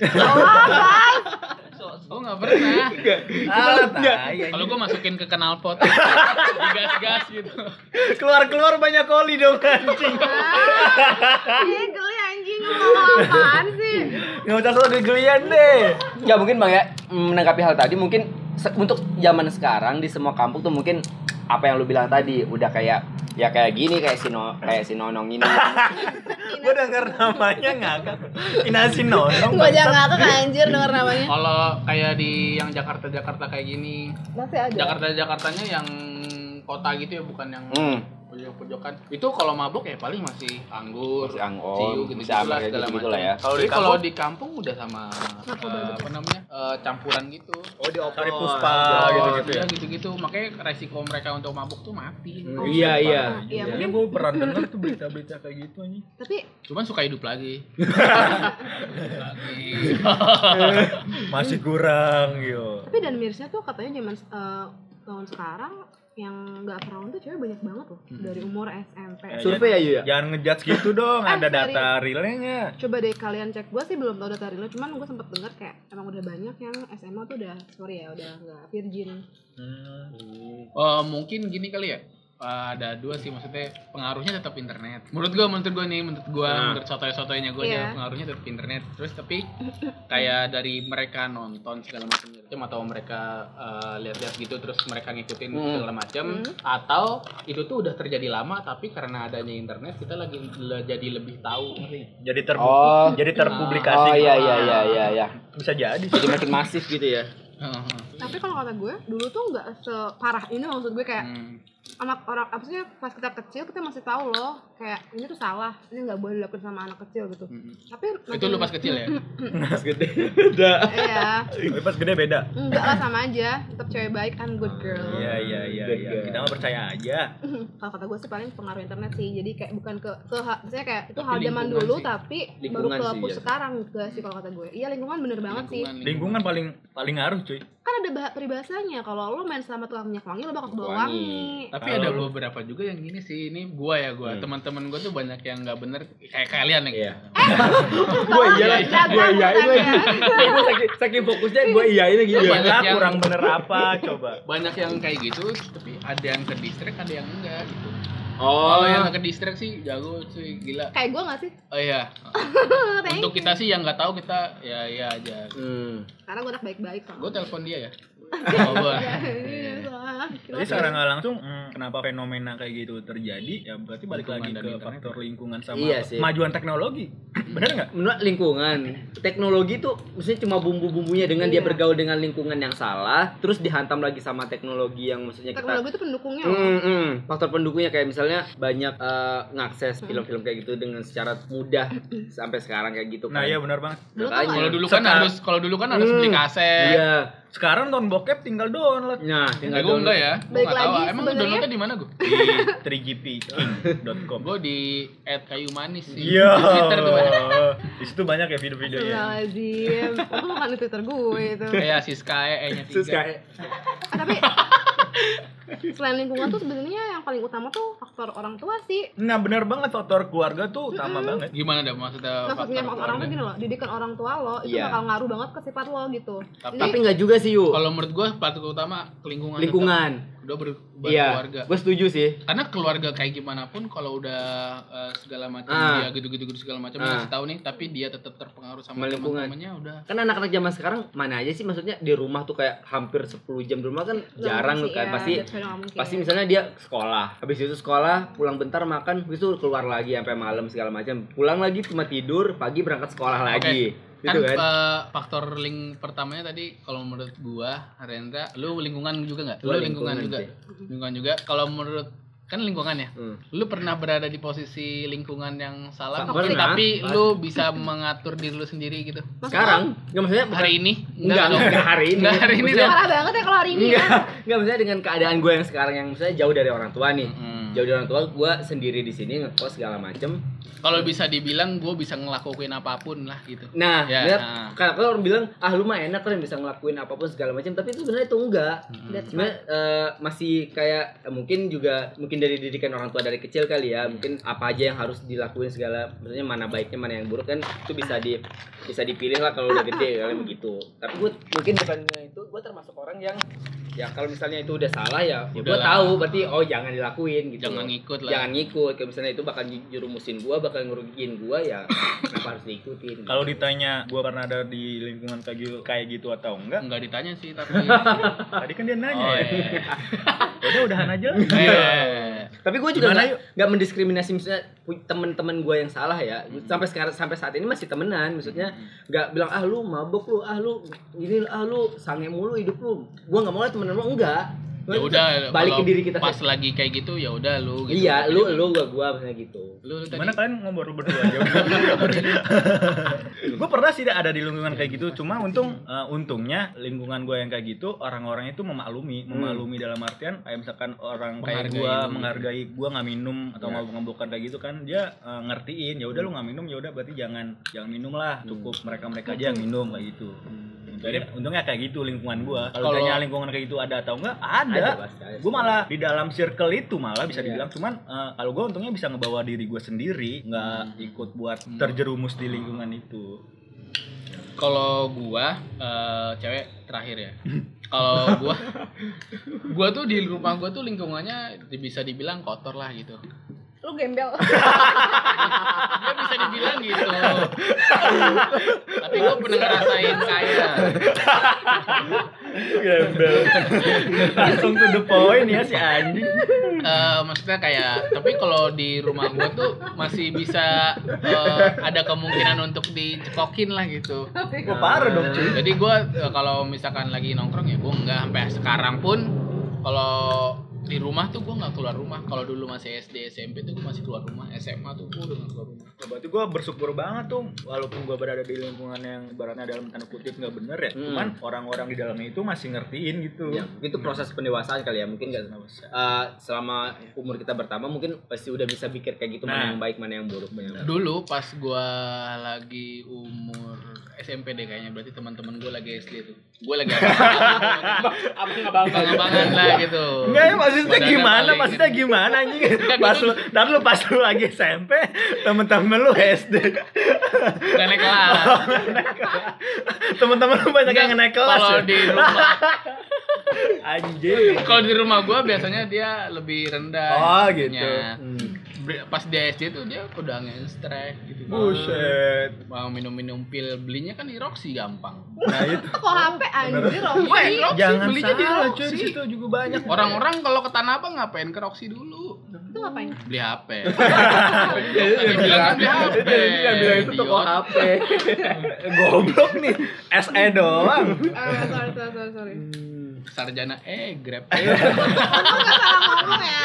Oh, Oh nggak pernah. Ah, tai, Kalau gue masukin ke knalpot, digas-gas gitu. keluar-keluar banyak koli dong anjing. Iya geli anjing lu ngomong apaan sih? Enggak usah soal gegelian deh. Ya mungkin Bang ya, menanggapi hal tadi mungkin se- untuk zaman sekarang di semua kampung tuh mungkin apa yang lu bilang tadi udah kayak ya kayak gini kayak si no, kayak si Nonong ini. Gue denger namanya ngakak. Inasi nonong. Gue aja ngakak anjir denger namanya. Kalau kayak di yang Jakarta-Jakarta kayak gini, Masih ada. Jakarta-Jakartanya yang kota gitu ya, bukan yang Hmm. pojok-pojokan. Itu kalau mabuk ya paling masih anggur, Masih anggur, ciu gitu bisa sama lah kayak segala gitu-gitu macam. lah ya. Kalau di Tapi kalau kampung? di kampung udah sama eh, apa namanya? eh, campuran gitu. Oh, di Sari Puspa Oh, gitu-gitu ya. iya, gitu-gitu. Makanya resiko mereka untuk mabuk tuh mati. Hmm, iya iya. Iya, Ini mungkin. gue pernah denger tuh berita-berita kayak gitu anjing. Tapi Cuman suka hidup lagi. lagi. Masih kurang yo. tapi dan mirisnya tuh katanya zaman eh, tahun sekarang yang nggak perawan tuh cewek banyak banget loh dari umur S M P. Eh, Survei aja ya. Jangan ngejudge gitu dong, Eh, ada sorry. data realnya nggak? Coba deh kalian cek, gue sih belum tahu data realnya, cuman gue sempet dengar kayak emang udah banyak yang S M A tuh udah sorry ya udah nggak virgin. Hmm. Oh, mungkin gini kali ya. Eh, ada dua sih, maksudnya pengaruhnya tetap internet. Menurut gua, menurut gua nih, menurut gua, Nah. menurut sotoy-sotoynya gua Iya. aja pengaruhnya tetap internet. Terus tapi kayak dari mereka nonton segala macam atau mereka eh, lihat-lihat gitu terus mereka ngikutin Hmm. segala macam Hmm. atau itu tuh udah terjadi lama tapi karena adanya internet kita lagi le- jadi lebih tahu, ngerti nggak? Jadi ter Oh. jadi terpublikasi. Oh iya iya iya iya iya. Bisa jadi sih. Jadi makin masif gitu ya. Heeh. Tapi kalau kata gue dulu tuh nggak separah ini, maksud gue kayak Hmm. anak orang apa sih pas kita kecil kita masih tahu loh kayak ini tuh salah, ini nggak boleh dilakukan sama anak kecil gitu. Mm-mm. Tapi Itu lu pas kecil ya? Pas gede. Udah. Iya, Tapi pas gede beda. enggak lah sama aja, tetap cewek baik and good girl. Iya iya iya Good iya. girl. Kita mah percaya aja. Kalau kata gue sih paling pengaruh internet sih, jadi kayak bukan ke ke ha- misalnya kayak itu Tapi hal zaman lingkungan dulu sih. tapi Lingkungan baru ke sih, push ya. sekarang juga sih kalau kata gue. Iya lingkungan bener banget sih. Lingkungan paling paling ngaruh cuy. Kan ada bah- peribahasanya kalau lo main sama tukang minyak wangi lo bakal kebawa Wangi. wangi. Tapi Kalau ada lu- beberapa juga yang gini sih, ini gua ya gua, Hmm. teman-teman gua tuh banyak yang nggak bener kayak kalian nih. Iya. Gue iya lah, gue iyain lagi. Gue saking, saking fokusnya gue iyain lagi. Iya. Banyak yang- kurang bener apa coba. Banyak yang kayak gitu, tapi ada yang ke distrik, ada yang enggak gitu. Oh, Kalau yang nggak ke distrik sih jago sih, gila. Kayak gue gak sih? Oh iya. Thank Untuk you. kita sih yang nggak tahu kita ya ya aja. Hmm. Karena gue anak baik-baik sama. Gue telepon dia ya. Oh, gua. Ya, ini salah. Jadi secara nggak langsung hmm, kenapa fenomena kayak gitu terjadi ya berarti balik Lingkungan lagi dan ke internet. faktor lingkungan sama Iya sih. kemajuan teknologi. Bener nggak? Menurut lingkungan, teknologi tuh maksudnya cuma bumbu-bumbunya dengan dia Iya. bergaul dengan lingkungan yang salah, terus dihantam lagi sama teknologi yang maksudnya kita Teknologi itu pendukungnya loh. Hmm, hmm. Faktor pendukungnya kayak misalnya banyak eh, ngakses film-film kayak gitu dengan secara mudah sampai sekarang kayak gitu kan. Nah iya benar banget. Dulu tuh Makanya. Kalau dulu kan Sekarang- harus kalau dulu kan harus Hmm, beli kaset. Iya. Sekarang nonton bokep tinggal download Nah, Enggak, tinggal gue enggak ya. Gue Balik enggak tahu. lagi, Emang sebenarnya- downloadnya di mana gue? di three g p king dot com. Gue di at kayu manis sih. Iya. Di Twitter tuh banyak. Di situ banyak ya video-videonya. Astagfirullahaladzim. Itu bukan di Twitter gue itu. Kayak Siska E-nya Terus tiga. kayak Tapi selain lingkungan tuh sebenarnya yang paling utama tuh faktor orang tua sih. Nah benar banget faktor keluarga tuh utama banget. Gimana dah maksudnya? Maksudnya faktor faktor orang tuh keluarga? gini loh, didikan orang tua lo itu Iya. bakal ngaruh banget ke sifat lo gitu. Tapi- Jadi, tapi enggak juga sih, Yu. Kalau menurut gue faktor utama lingkungan. Lingkungan. tetap. Udah ber, Iya. berkeluarga. Gue setuju sih. Karena keluarga kayak gimana pun kalau udah eh, segala macam Ah. dia gitu-gitu gitu segala macam Ah. ngasih tahu nih, tapi dia tetap terpengaruh sama Sama lingkungan. teman-temannya udah. Kan anak-anak zaman sekarang mana aja sih maksudnya di rumah tuh kayak hampir sepuluh jam di rumah kan jarang sih, kan. ya, Pasti that's why nggak mungkin. pasti misalnya dia sekolah, habis itu sekolah, pulang bentar makan, habis itu keluar lagi sampai malam segala macam. Pulang lagi cuma tidur, pagi berangkat sekolah lagi. Kan Gitu kan? eh, faktor link pertamanya tadi kalau menurut gua Rendra, lu lingkungan juga nggak? Lu Gua lingkungan, lingkungan juga. sih. Lingkungan juga. Kalau menurut kan lingkungan ya. Hmm. Lu pernah berada di posisi lingkungan yang salah, Sa- tapi, pernah. tapi lu bisa mengatur diri lu sendiri gitu. Sekarang enggak maksudnya bukan Hari ini enggak, dong. enggak hari ini. Enggak hari ini Maksudnya- dong. parah banget ya kalau hari ini. Enggak, enggak maksudnya dengan keadaan gue yang sekarang yang misalnya jauh dari orang tua nih. Mm-mm. Jauh dari orang tua, gue sendiri di sini ngekos segala macem. Kalau bisa dibilang gue bisa ngelakuin apapun lah gitu. Nah, Ya, lihat, nah. kalau kalau orang bilang ah lu mah enak kan bisa ngelakuin apapun segala macam, tapi itu sebenarnya itu enggak. That's Sebenarnya eh, masih kayak eh, mungkin juga mungkin dari didikan orang tua dari kecil kali ya, mungkin apa aja yang harus dilakuin segala, maksudnya mana baiknya mana yang buruk kan itu bisa di bisa dipilih lah kalau udah gede kali begitu. Tapi gue mungkin bukannya itu gue termasuk orang yang ya kalau misalnya itu udah salah ya, ya gue Udahlah. tahu berarti oh jangan dilakuin gitu. Jangan ngikut lah. Jangan ngikut. Kalau misalnya itu bakal jerumusin gue, bakal ngerugiin gue ya kenapa harus diikutin? Kalau ditanya gua pernah ada di lingkungan kayak gitu, kayak gitu atau enggak? Enggak ditanya sih tapi. Tadi kan dia nanya Oh, ya. iya. Udah udahan aja. Eh. Tapi gue juga Gimana, nggak yuk? nggak mendiskriminasi misalnya pu- temen-temen gue yang salah ya. Sampai sekarang sampai saat ini masih temenan, maksudnya nggak bilang ah lu mabok lu, ah lu ini ah lu sange mulu hidup lu. Gue nggak mau lah temen lu enggak. Ya udah balik ke kalau diri kita. pas sendiri. lagi kayak gitu ya udah lu gitu. Iya, lu lu gua gua misalnya gitu. Lu, lu tadi. Gimana kalian ngobrol berdua aja? Gue pernah sih ada di lingkungan kayak gitu, cuma untung eh, untungnya lingkungan gue yang kayak gitu orang-orang itu memaklumi, memaklumi dalam artian kayak misalkan orang kayak Menghargai gue lu. menghargai gue nggak minum atau Ya. mabuk-mabukan kayak gitu kan dia eh, ngertiin ya udah lu nggak minum ya udah berarti jangan jangan minum lah, cukup mereka-mereka aja yang minum kayak gitu. Untungnya, untungnya kayak gitu lingkungan gue. Kalau Kalau- tanya lingkungan kayak gitu ada atau enggak? Ada, Ada. pasti ada. Gue malah di dalam circle itu malah bisa Iya. dibilang cuman eh, kalau gue untungnya bisa ngebawa diri gue sendiri nggak ikut buat Hmm. terjerumus di lingkungan itu. Kalau gua eh, cewek terakhir ya. Kalau gua gua tuh di rumah gua tuh lingkungannya bisa dibilang kotor lah gitu. Lu gembel. Ya bisa dibilang gitu. Tapi gua pernah ngerasain kayak Gembel. Langsung to the point ya si anjing. eh, maksudnya kayak tapi kalau di rumah gua tuh masih bisa eh, ada kemungkinan untuk dicekokin lah gitu. Gue parah dong cuy. Jadi gua eh, kalau misalkan lagi nongkrong ya gua enggak sampai sekarang pun kalau Di rumah tuh gue nggak keluar rumah. Kalau dulu masih S D, S M P tuh gue masih keluar rumah. S M A tuh gue udah nggak keluar rumah. Nah, berarti gue bersyukur banget tuh, walaupun gue berada di lingkungan yang ibaratnya dalam tanda kutip nggak bener ya, Hmm. cuman orang-orang di dalamnya itu masih ngertiin gitu. Ya, itu proses pendewasaan kali ya, mungkin nggak uh, selama umur kita bertambah mungkin pasti udah bisa pikir kayak gitu, Nah. mana yang baik mana yang buruk. Mana yang... Dulu pas gue lagi umur S M P deh kayaknya, berarti teman-teman gue lagi S D tuh. Gue lagi abang-abangan lah gitu. Enggak ya, maksudnya Badannya gimana? paling- Maksudnya gimana anjing? Pas lu, dan lu pas lu lagi S M P, temen-temen lu S D. Gak naik kelas. Temen-temen lu banyak yang naik kelas. Kalau ya? di rumah, Anjing. kalau di rumah gue biasanya dia lebih rendah. Oh gitu. ininya. Hmm. Ber- Pas di S D tuh dia udah nge-strike gitu. Buset. Mau minum-minum pil, belinya kan di Roxy gampang. Nah itu. Kok H P anjir Roxy? Weh, Roxy Jangan belinya di salah, cuy, Roxy. di situ juga banyak. Orang-orang kalau ke Tanah Abang ngapain ke Roxy dulu? Itu ngapain? Beli H P. Dia bilang kan beli H P. Dia bilang itu toko Idiot. H P. Goblok nih. S E doang. Ah, sorry sorry sorry sorry. Sarjana eh Grab. Kamu nggak salah ngomong ya.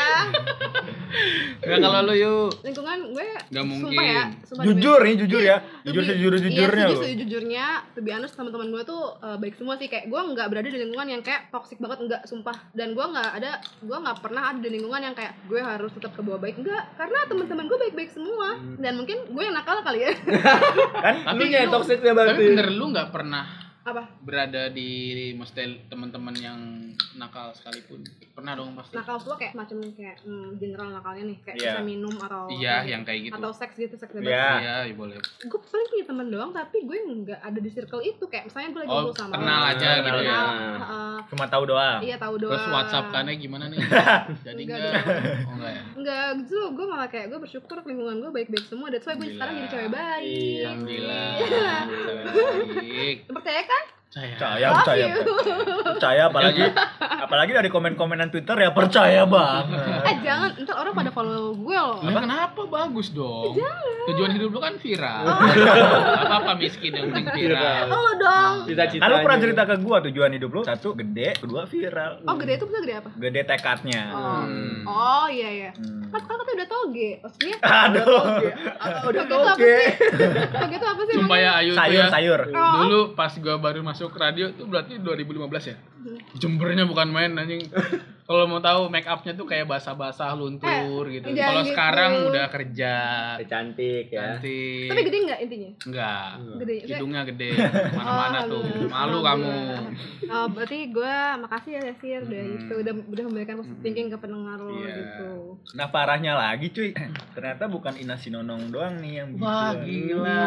Enggak kalau lu yuk. Lingkungan gue Nggak mungkin. sumpah ya, sumpah Jujur demi- nih, jujur ya. Jujur Lebih- sejujur-jujurnya iya, lu. setuju sejujurnya, to be honest, teman-teman gue tuh uh, baik semua sih. Kayak gue nggak berada di lingkungan yang kayak toxic banget, enggak, sumpah. Dan gue nggak ada, gue nggak pernah ada di lingkungan yang kayak gue harus tetap ke bawah baik, enggak. Karena teman-teman gue baik-baik semua. Dan mungkin gue yang nakal kali ya. Kan Tapi Lu yang lu- toxic ya Tapi berarti. bener lu nggak pernah Apa? berada di maksudnya teman-teman yang nakal sekalipun. Pernah dong pasti. Nakal tuh kayak macam kayak hmm, general nakalnya nih, kayak Iya. bisa minum atau Iya, yang kayak gitu. atau seks gitu, seks bebas. Iya. Iya, ya boleh. Gue paling punya teman doang, tapi gue nggak ada di circle itu. Kayak misalnya gue lagi Oh, ngobrol sama kenal orang, aja gitu ya. kenal, uh, cuma tahu doang. iya tahu doang. Terus WhatsApp kannya gimana nih? Jadi Enggak enggak. dong. Oh enggak ya. Enggak, gitu gue malah kayak gue bersyukur lingkungan gue baik-baik semua. That's why gue Gila. sekarang jadi cewek baik. Iya. Alhamdulillah. Iya. Cewek baik. Percaya kan? Saya. Percaya, Love percaya. you. Percaya apalagi apalagi dari komen-komenan Twitter ya percaya banget. Eh jangan, ntar orang pada follow gue loh. Lah kenapa bagus dong? Tujuan hidup lu kan viral. Oh. Apa-apa miskin yang penting viral. Oh dong. Cita-cita. Kan lu pernah cerita ke gua tujuan hidup lu, satu gede, kedua viral. Oh gede itu bisa gede apa? Gede tekadnya. Oh, Hmm. oh iya iya. Hmm. Kan kan katanya udah toge, maksudnya Aduh. Udah toge itu apa toge. sih? Toge itu apa sih? Sumpah ya Ayu tuh Sayur, ya. sayur. Oh. Dulu pas gua baru masuk radio tuh berarti dua ribu lima belas ya. Jembernya bukan main anjing. Kalau mau tahu make upnya tuh kayak basah-basah luntur gitu. jangan Kalau gitu. sekarang udah kerja. Cantik ya. Cantik. Tapi gede nggak intinya? Enggak. Gede. Hidungnya gede. Mana-mana Oh, tuh. alhamdulillah. Malu kamu. Oh, berarti gue makasih ya Sir udah Hmm. itu udah udah memberikan positive thinking ke pendengar lo Iya. gitu. Nah parahnya lagi cuy, ternyata bukan Ina Sinonong doang nih yang Wah, begitu. gila.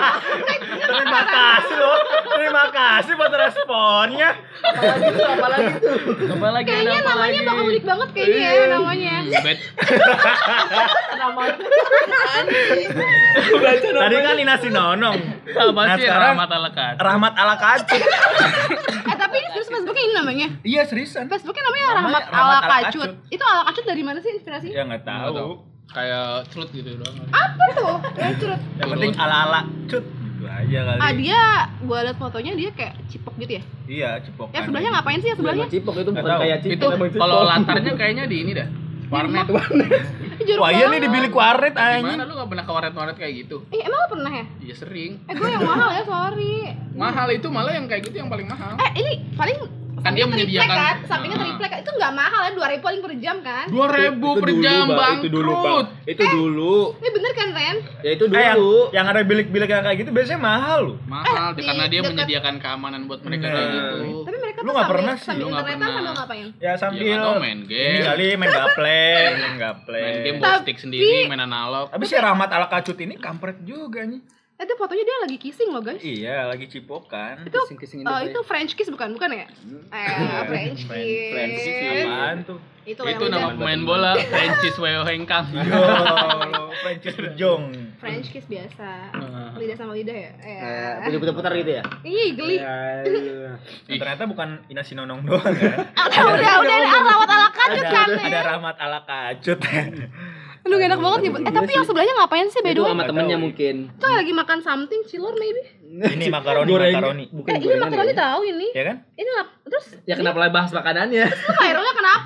Terima kasih loh, terima kasih buat responnya. Apalagi tuh, apalagi tuh. Coba lagi ada Kayaknya apa namanya lagi? bakal unik banget kayaknya ya namanya. Hmm, bet. Namanya. Tadi kan Ina Sinonong. Apa Nah, sih sekarang Rahmat Alakat? Rahmat ala kacut. Eh tapi ini serius Facebooknya ini namanya? Iya seriusan. Facebooknya namanya Namanya Rahmat Rahmat Ala Ala Kacut. Kacut. Itu Ala Kacut dari mana sih inspirasi? Ya nggak Nggak tahu. Kayak truth gitu doang. Apa tuh? Yang curut. Yang penting ala ala cut. Gitu aja kali. Ah dia, gua liat fotonya dia kayak cipok gitu ya? Iya cepok. Ya sebelahnya ngapain sih ya sebelahnya? Emang cipok itu Nggak bukan tahu. kayak Itu cipok. emang cipok. kalau latarnya kayaknya di ini dah. Warnet. Ih, jorok Wah iya nih banget. di bilik warnet anjing. Gimana lu gak pernah ke warnet-warnet kayak gitu? Eh emang lo pernah ya? Iya sering. Eh gue yang mahal ya, sorry. Mahal itu malah yang kayak gitu yang paling mahal. Eh ini paling Kan dia sampingnya triplek menyediakan- kan? Sampingnya Nah. triplek kan? Itu nggak mahal ya, dua ribu paling per jam kan? Dua ribu Itu per dulu, jam Bang. Itu dulu, Bang. bangkrut. Itu dulu. Ini bener kan Ren? Ya itu Eh, yang, dulu. yang ada bilik-bilik yang kayak gitu biasanya mahal loh. Mahal Eh, karena di dia dekat- menyediakan keamanan buat mereka Nah. kayak gitu. Tapi mereka Lu tuh nggak sambil, pernah sih? sambil Lu nggak internetan pernah. sambil ngapain? Ya sambil Ya, nggak tahu, main game. Ini kali main gaplek, main gaplek. Main game Tapi- bawa stick sendiri, main analog. Tapi si Rahmat ala kacut ini kampret juga nih. Eh, itu fotonya dia lagi kissing loh guys. Iya, lagi cipokan. Itu Kissing-kissing eh, itu French kiss bukan? Bukan ya? Eh, French kiss. French kiss Apaan tuh? Itu, Itu yang nama udah- pemain bola Francis Weo Hengkang. Yo, Francis Bejong. French kiss biasa. Nah. Lidah sama lidah ya? Eh, Eh. putar-putar gitu ya? Ih, geli. Ya, iya. Dan ternyata bukan Ina Sinonong doang kan. Ah, udah, udah ada rawat ala kacut Ada, kan ada ya? Rahmat ala kacut. Aduh, gak enak banget nih. Eh, tapi yang sebelahnya ngapain sih by the Itu way? sama temennya mungkin. Itu lagi makan something, cilor maybe? Ini makaroni, Gorengan. makaroni. Bukan Eh, ini gorengan makaroni ya? tahu ini. Ya kan? Ini lap. Terus Ya kenapa lagi bahas makanannya? itu viralnya kenapa?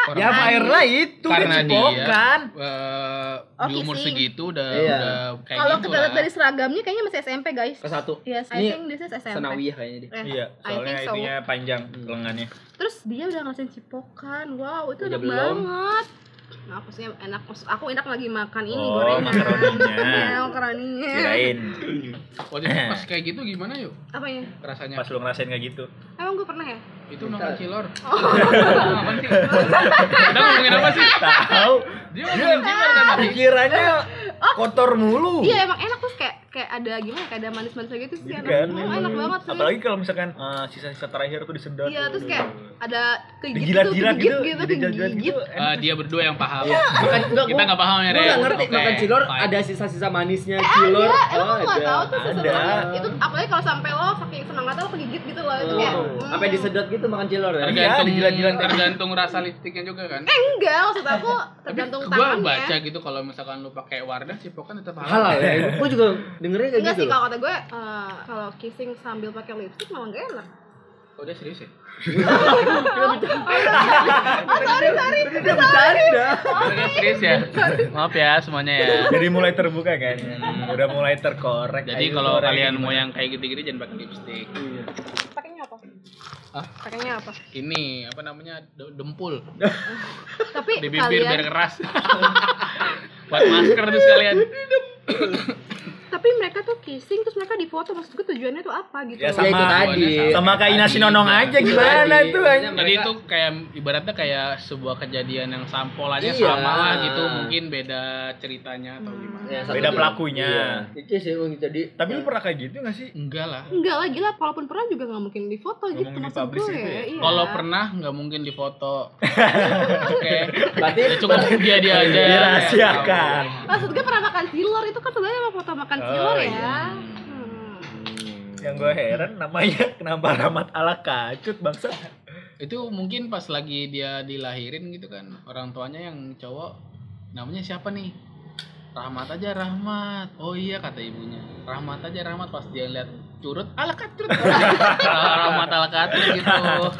orang Ya viral itu karena dia dia cipokan. eh, Oh, di umur kissing. segitu udah Iya. udah kayak Kalau gitu kita lihat lah. dari seragamnya kayaknya masih S M P guys. Ke satu. Yes, I Ini think this is S M P. Sanawiyah kayaknya deh. Eh, Iya, I soalnya think so. itunya panjang lengannya. Terus dia udah ngasihin cipokan. Wow, itu Udah enak belum? banget. Nah, aku sih enak. Maksud aku enak lagi makan ini Oh, gorengan. makaroninya. Iya, makaroninya. Kirain Waktu itu pas kayak gitu gimana yuk Apanya? rasanya? pas lu ngerasain kayak gitu. Emang gue pernah ya? Itu makan cilor. Oh. Apa sih? Kita ngomongin apa sih? Tahu. Dia ngomongin cilor kan tadi. Pikirannya kotor mulu. Iya, emang enak terus kayak kayak ada gimana? Kayak ada manis-manis gitu sih. Gitu Enak, kan. oh, enak banget sih. Apalagi kalau misalkan eh, sisa-sisa terakhir tuh disedot. Iya, terus kayak ada kegigit dijilat-jilat gitu, gitu, gitu, dijilat-jilat kegigit. gitu. Eh, dia berdua yang paham. Makan enggak Kita nggak paham ya, Gue Re. nggak ngerti Oke, makan cilor fine. ada sisa-sisa manisnya Eh, cilor. ada, Oh, emang gue gak tau tuh Ada. sebenarnya itu apalagi kalau sampai lo saking senang kata lo kegigit gitu loh itu kayak Oh, hmm. sampai disedot gitu makan cilor ya. Tergantung dijilat-jilat. tergantung rasa lipstiknya juga kan. eh enggak maksud aku Tapi tergantung gua tangannya baca gitu kalau misalkan lu pakai Wardah cipokan tetap Halal ya. Gue juga dengernya kayak enggak gitu. sih kalau kata gue eh, kalau kissing sambil pakai lipstick malah gak enak. Oh dia serius ya? Oh sorry sorry Dia bercanda. Dia serius ya? Maaf ya semuanya ya. Jadi mulai terbuka kan. Udah mulai terkorek. Jadi Ayo, kalau korek kalian gimana? mau yang kayak gitu-gitu jangan pakai lipstik. pakainya apa? Hah? Pakainya apa? Ini apa namanya? De- Dempul. Tapi Di bibir biar kalian keras. Buat masker tuh sekalian. tapi mereka tuh kissing terus mereka difoto maksud gue tujuannya tuh apa gitu. Ya, Ya itu Sama- tadi. sama kayak Ina Tadi. Sinonong aja gimana Tadi. tuh Maksudnya anjing. Jadi mereka- itu kayak ibaratnya kayak sebuah kejadian yang sampolannya Iya. sama lah gitu, mungkin beda ceritanya atau gimana. Ya, satu Beda dia- pelakunya. Iya. Itu sih Bang, jadi Tapi lu pernah kayak gitu gak sih? Enggak lah. Enggak lah gila walaupun pernah juga nggak mungkin difoto Nggak gitu mungkin maksud dipublish gue. gitu ya? Iya. Kalau pernah nggak mungkin difoto. Oke. berarti Ya cukup dia dia aja. Dirahasiakan. Maksud gue pernah makan cilor itu kan sebenarnya emang foto makan Oh, cilor ya. iya. Hmm. Yang gue heran namanya kenapa Rahmat ala kacut bangsat. Itu mungkin pas lagi dia dilahirin gitu kan, orang tuanya yang cowok namanya siapa nih? Rahmat aja Rahmat. Oh iya kata ibunya. Rahmat aja Rahmat, pas dia lihat curut ala kacut. Rahmat ala kacut gitu.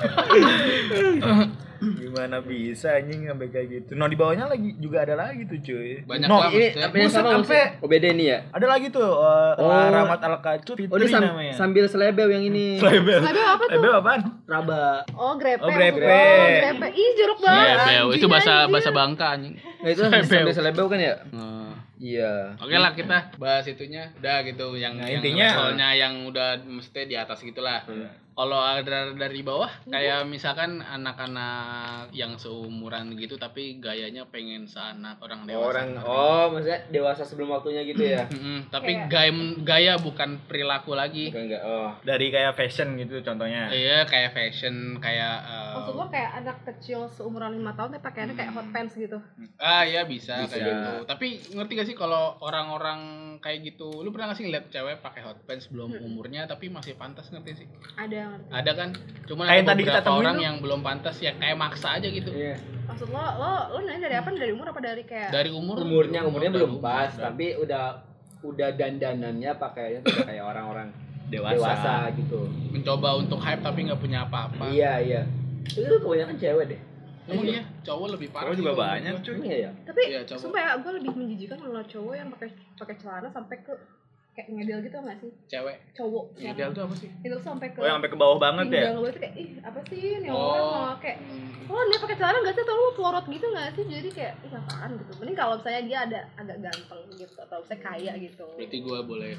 Gimana bisa anjing sampai kayak gitu. Nah di bawahnya lagi juga ada lagi tuh cuy. Banyak no, lah ini maksudnya. apa yang Buset, sama sampai- maksudnya? Oh beda ini ya. ada lagi tuh uh, Oh. Rahmat ala kacut Fitri Oh dia sam- namanya. sambil selebel yang ini. Selebel. Selebel apa tuh? Selebel apaan? Raba. Oh grepe. Oh, grepe. Oh, grepe. Ih jorok banget. Iya, Bel. anjing, itu bahasa anjing. bahasa Bangka anjing. Nah itu Selebel. sambil selebel kan ya? Nah. Iya. Oke lah kita bahas itunya udah gitu yang Nah, yang intinya- levelnya yang udah mesti di atas gitulah. Kalau ada dari bawah kayak misalkan anak-anak yang seumuran gitu tapi gayanya pengen seanak orang dewasa. Orang oh maksudnya dewasa sebelum waktunya gitu ya? Mm-mm, tapi Kayak- gaya gaya bukan perilaku lagi. Bukan enggak. Oh. Dari kayak fashion gitu contohnya. Iya kayak fashion kayak uh, Maksud lo kayak anak kecil seumuran lima tahun tapi pakaiannya kayak hot pants gitu. ah ya bisa, Bisa. kayak gitu. Tapi ngerti gak sih kalau orang-orang kayak gitu, lu pernah gak sih ngeliat cewek pakai hot pants belum umurnya tapi masih pantas, ngerti sih? Ada ngerti. Ada kan? Cuma Kayak ada tadi kita beberapa temuin orang tuh. yang belum pantas ya kayak maksa aja gitu. Iya. Maksud lo lo lo nanya dari apa? Dari umur apa dari kayak Dari umur Umurnya umurnya dari belum umur. pas, tapi udah udah dandanannya pakaiannya tuh kayak orang-orang Dewasa. dewasa gitu. Mencoba untuk hype tapi nggak punya apa-apa. Iya iya. Itu kebanyakan cewek deh. Emang iya, cowok lebih parah. Cowok sih juga kalau banyak, menurut cuy. gua. Iya ya. tapi Iya, coba. sumpah ya gue lebih menjijikan kalau cowok yang pakai pakai celana sampai ke kayak ngedel gitu nggak sih Cewek. cowok Ngedel tuh apa sih? itu tuh sampai ke Oh yang sampai ke bawah banget ya. pinggang gue tuh kayak ih apa sih nih orang Oh. malah kayak oh dia pakai celana nggak sih atau lu pelorot gitu nggak sih jadi kayak ih apaan gitu mending kalau misalnya dia ada agak ganteng gitu atau misalnya kaya gitu Berarti gua boleh.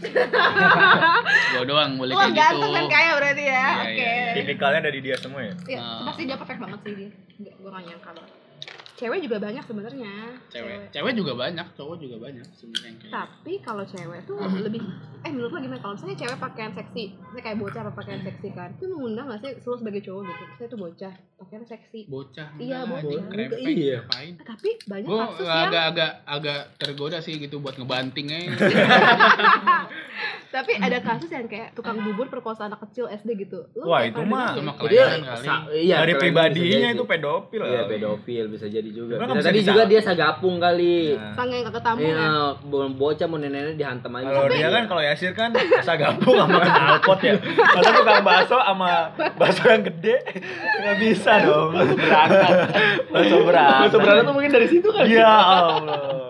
Gua doang boleh oh kayak gitu. ganteng dan kaya berarti ya Iya, oke iya, iya. Tipikalnya dari dia semua ya. iya Nah. pasti dia perfect banget sih dia nggak gue nggak nyangka banget cewek juga banyak sebenarnya Cewek. Cewek juga banyak, cowok juga banyak sebenarnya yang kayak gitu. tapi kalau cewek tuh lebih eh menurut lo gimana kalau misalnya cewek pakaian seksi misalnya kayak bocah apa pakaian seksi kan itu mengundang nggak sih lo sebagai cowok gitu saya tuh bocah pakaian seksi Bocah. Iya, enggak, bocah. anjing, krempeng, Iya. ngapain? Eh, tapi banyak Gue kasus yang agak agak agak tergoda sih gitu buat ngebanting aja. Tapi ada kasus yang kayak tukang bubur perkosa anak kecil S D gitu. Lu Wah, kayak itu pernah mah- dengar Cuma nggak? Dia kelainan kali. sa- iya, Dari kelainan pribadinya bisa jadi itu sih. pedofil. Iya, kali. pedofil bisa jadi juga. Cuma Bisa kan bisa tadi disangka. juga dia sagapung kali. Nah. Sange nggak ketampung Iya, ya. bo- bocah mau nenek-nenek dihantam aja. Kalau dia kan kalau Yasir kan sagapung sama knalpot ya. Masa tukang bakso sama bakso yang gede nggak bisa dong. Beranak. Bakso beranak. Bakso beranak tuh mungkin dari situ kali. Ya Allah.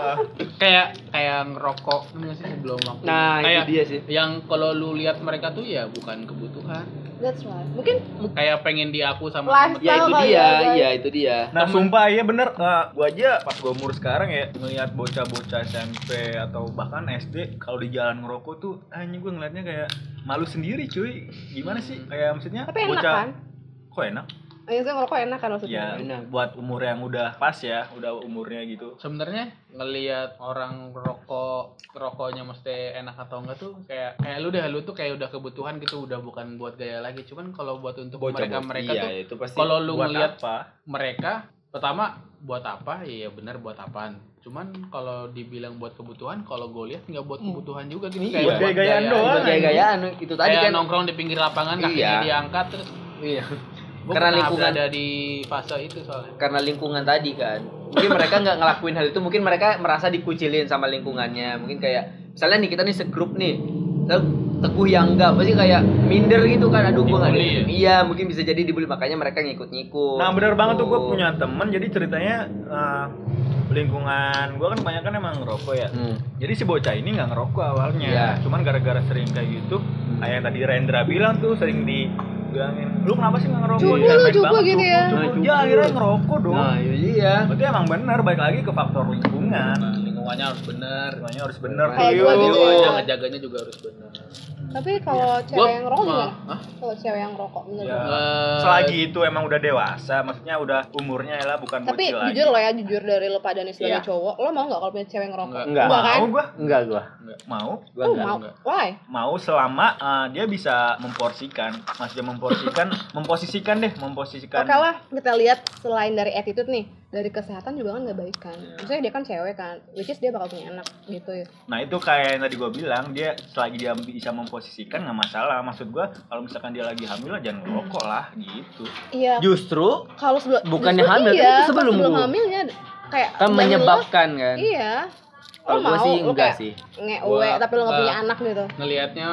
Kayak kayak ngerokok nggak sih sebelum waktu. Nah, itu kayak dia sih. yang kalau lu lihat mereka tuh ya bukan kebutuhan. That's right. Mungkin Kayak pengen diaku sama Life- temen. Ya itu Kali dia, ya, guys. iya itu dia. Nah sumpah iya bener, nah, gua aja pas gua umur sekarang ya ngeliat bocah-bocah S M P atau bahkan S D kalau di jalan ngerokok tuh anjing gua ngeliatnya kayak malu sendiri cuy. Gimana sih? Kayak maksudnya tapi enak kan? kok enak? Ayo saya ngerokok enak kan maksudnya. Ya Enak. buat umur yang udah pas ya, udah umurnya gitu. Sebenarnya ngelihat orang rokok rokoknya mesti enak atau enggak tuh kayak kayak lu deh lu tuh kayak udah kebutuhan gitu, udah bukan buat gaya lagi. Cuman kalau buat untuk mereka mereka iya, tuh itu pasti. kalau lu Buat ngelihat apa? mereka pertama buat apa iya benar buat apaan, cuman kalau dibilang buat kebutuhan kalau gue lihat nggak buat kebutuhan juga gitu. Iya, buat gaya-gayaan gaya doang. aja. Buat gaya-gayaan itu tadi Kayak kan. nongkrong di pinggir lapangan kakinya Iya. diangkat terus Iya. gua Karena pernah lingkungan- ada di fase itu soalnya. Karena lingkungan tadi kan. Mungkin mereka nggak ngelakuin hal itu, mungkin mereka merasa dikucilin sama lingkungannya. Mungkin kayak misalnya nih kita nih segrup nih. Lalu Teguh yang enggak pasti kayak minder gitu kan. Aduh gua enggak Dibully ya? Iya, mungkin bisa jadi dibully makanya mereka ngikut-ngikut. Nah bener banget tuh gue Gitu. punya temen, jadi ceritanya eh, lingkungan gue kan kebanyakan emang ngerokok ya. Hmm. Jadi si bocah ini nggak ngerokok awalnya, Iya. cuman gara-gara sering kayak gitu, kayak yang tadi Rendra bilang tuh sering dibilangin, lu kenapa sih nggak ngerokok? Cupu Jangan lu, main cupu banget, gitu cupu, ya. cupu." Nah, cupu. Ya akhirnya ngerokok dong. Nah, iya. Berarti emang bener, balik lagi ke faktor lingkungan. Nah, lingkungannya harus benar. Lingkungannya harus bener. Kayak tuh. gua gitu ya. Aja ngejaganya juga harus benar. Tapi kalau cewek Gua- yang ngerokok ma- gimana? Hah? Kalau cewek yang ngerokok menurut Ya, lu? Eh, selagi itu emang udah dewasa, maksudnya udah umurnya lah bukan Tapi bocil lagi. jujur lo ya, jujur dari lo pada nih sebagai Iya. cowok, lo mau nggak kalau punya cewek ngerokok? Enggak. Enggak. kan? Mau gua, Enggak gua. mau. Gua Oh, enggak. mau. enggak. Why? Mau selama uh, dia bisa memporsikan, maksudnya memporsikan, memposisikan deh, memposisikan. Oke lah, kita lihat selain dari attitude nih, dari kesehatan juga kan nggak baik kan. Maksudnya dia kan cewek kan, which is dia bakal punya anak gitu ya. Nah itu kayak yang tadi gue bilang, dia selagi dia bisa memposisikan nggak masalah. Maksud gue kalau misalkan dia lagi hamil lah jangan ngerokok lah gitu. Iya. Justru Kalau sebelum Bukannya justru hamil, iya, tapi itu pas sebelum sebelum gua. hamilnya kayak kan dari menyebabkan lo, kan. Iya. Lo Kalau gua mau, sih lo enggak kayak sih. ngewe Gua, tapi lo nggak punya eh, anak gitu. ngelihatnya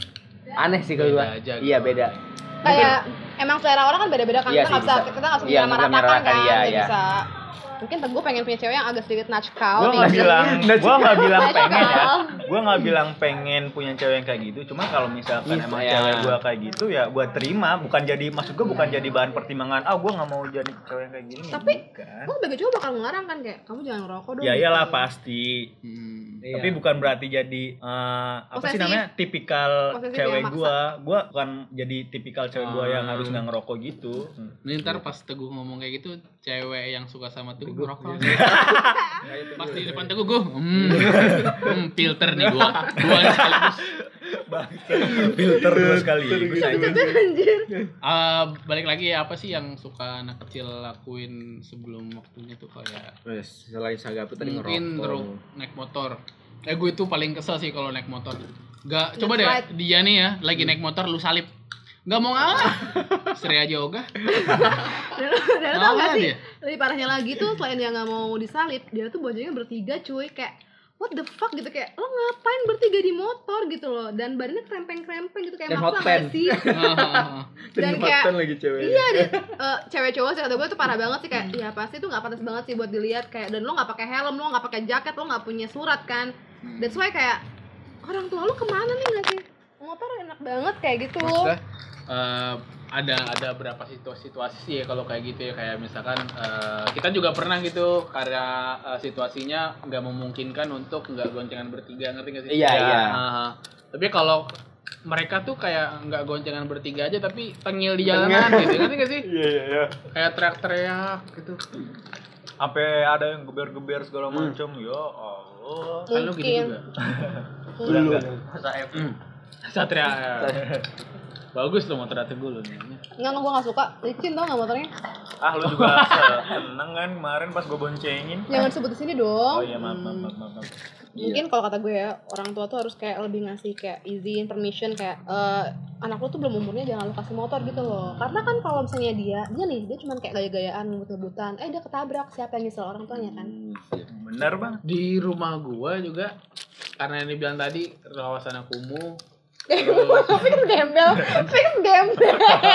Aneh sih kalau Beda gua. aja gitu. Iya, beda. Kayak emang selera orang kan beda-beda kan. Iya Kita nggak sih, bisa, bisa. kita nggak bisa Iya, sama nggak ratakan meratakan, kan, iya, nggak iya. bisa. Mungkin Teguh pengen punya cewek yang agak sedikit natural. Gue nggak nih. bilang, gue nggak bilang Natural. pengen ya. Gue nggak bilang pengen punya cewek yang kayak gitu. Cuma kalau misalkan Iya, emang ya. cewek gue kayak gitu ya gue terima. Bukan jadi, maksud gue bukan jadi bahan pertimbangan. Ah gue nggak mau jadi cewek yang kayak gini. Tapi, bukan. Lo sebagai cowok bakal ngelarang kan kayak kamu jangan ngerokok dong. Ya gitu. iyalah pasti. hmm, Iya. Tapi bukan berarti jadi eh, apa sih Posesif. namanya tipikal Posesif cewek yang maksa. gua. Gua bukan jadi tipikal cewek gua yang Hmm. harus nggak ngerokok gitu. ini ntar pas Teguh ngomong kayak gitu, cewek yang suka sama Teguh ngerokok. Pas di depan Teguh gue, hmm, hmm, filter nih dua, dua sekaligus. Filter dua sekali. Anjir. Eh, balik lagi apa sih yang suka anak kecil lakuin sebelum waktunya tuh kayak Wes, selain sagapu tadi mungkin ngerokok. terus naik motor. Eh gue itu paling kesel sih kalau naik motor. Gak, coba deh right. dia nih ya lagi naik motor lu salip. Gak mau ngalah. Seri aja ogah. Dan lo dan lo tau Ngalah gak sih? dia. Lebih parahnya lagi tuh selain dia nggak mau disalip, dia tuh bocahnya bertiga cuy kayak what the fuck gitu kayak lo ngapain bertiga di motor gitu loh dan badannya krempeng-krempeng gitu kayak Dan maksa hot gak pen. sih? Dan Dan kayak- kayak lagi cewek. Iya deh, eh, cewek-cowok sih kata gue tuh parah banget sih kayak ya pasti tuh nggak pantas banget sih buat dilihat kayak dan lo nggak pakai helm, lo nggak pakai jaket, lo nggak punya surat kan. That's why kayak orang tua lo kemana nih nggak sih? Motor enak banget kayak gitu. Maksudnya eh, ada ada berapa situasi-situasi sih ya kalau kayak gitu ya kayak misalkan eh, kita juga pernah gitu karena eh, situasinya nggak memungkinkan untuk nggak goncengan bertiga, ngerti nggak sih? Iya, iya. Ah, tapi kalau mereka tuh kayak nggak goncengan bertiga aja tapi tengil di jalanan gitu, ngerti nggak sih? Iya iya iya. Kayak teriak-teriak gitu. Sampai ada yang geber-geber segala macam. Ya Allah. Kan lu gitu Mungkin. juga. Udah enggak. Masa F. Satria. Bagus tuh motor Teguh lu nih. Enggak, gue gak suka. Licin tau gak motornya? Ah lu juga seneng kan kemarin pas gue boncengin. Jangan sebut di sini dong. Oh iya maaf maaf maaf maaf. maaf. Mungkin kalau kata gue ya, orang tua tuh harus kayak lebih ngasih kayak izin, permission kayak eh, anak lu tuh belum umurnya jangan lu kasih motor gitu loh. Karena kan kalau misalnya dia, dia nih, dia cuma kayak gaya-gayaan, ngebut-ngebutan, eh dia ketabrak, siapa yang nyesel orang tuanya kan? Bener bang. Di rumah gua juga karena yang dibilang tadi kawasan kumuh. Fix gembel, fix gembel.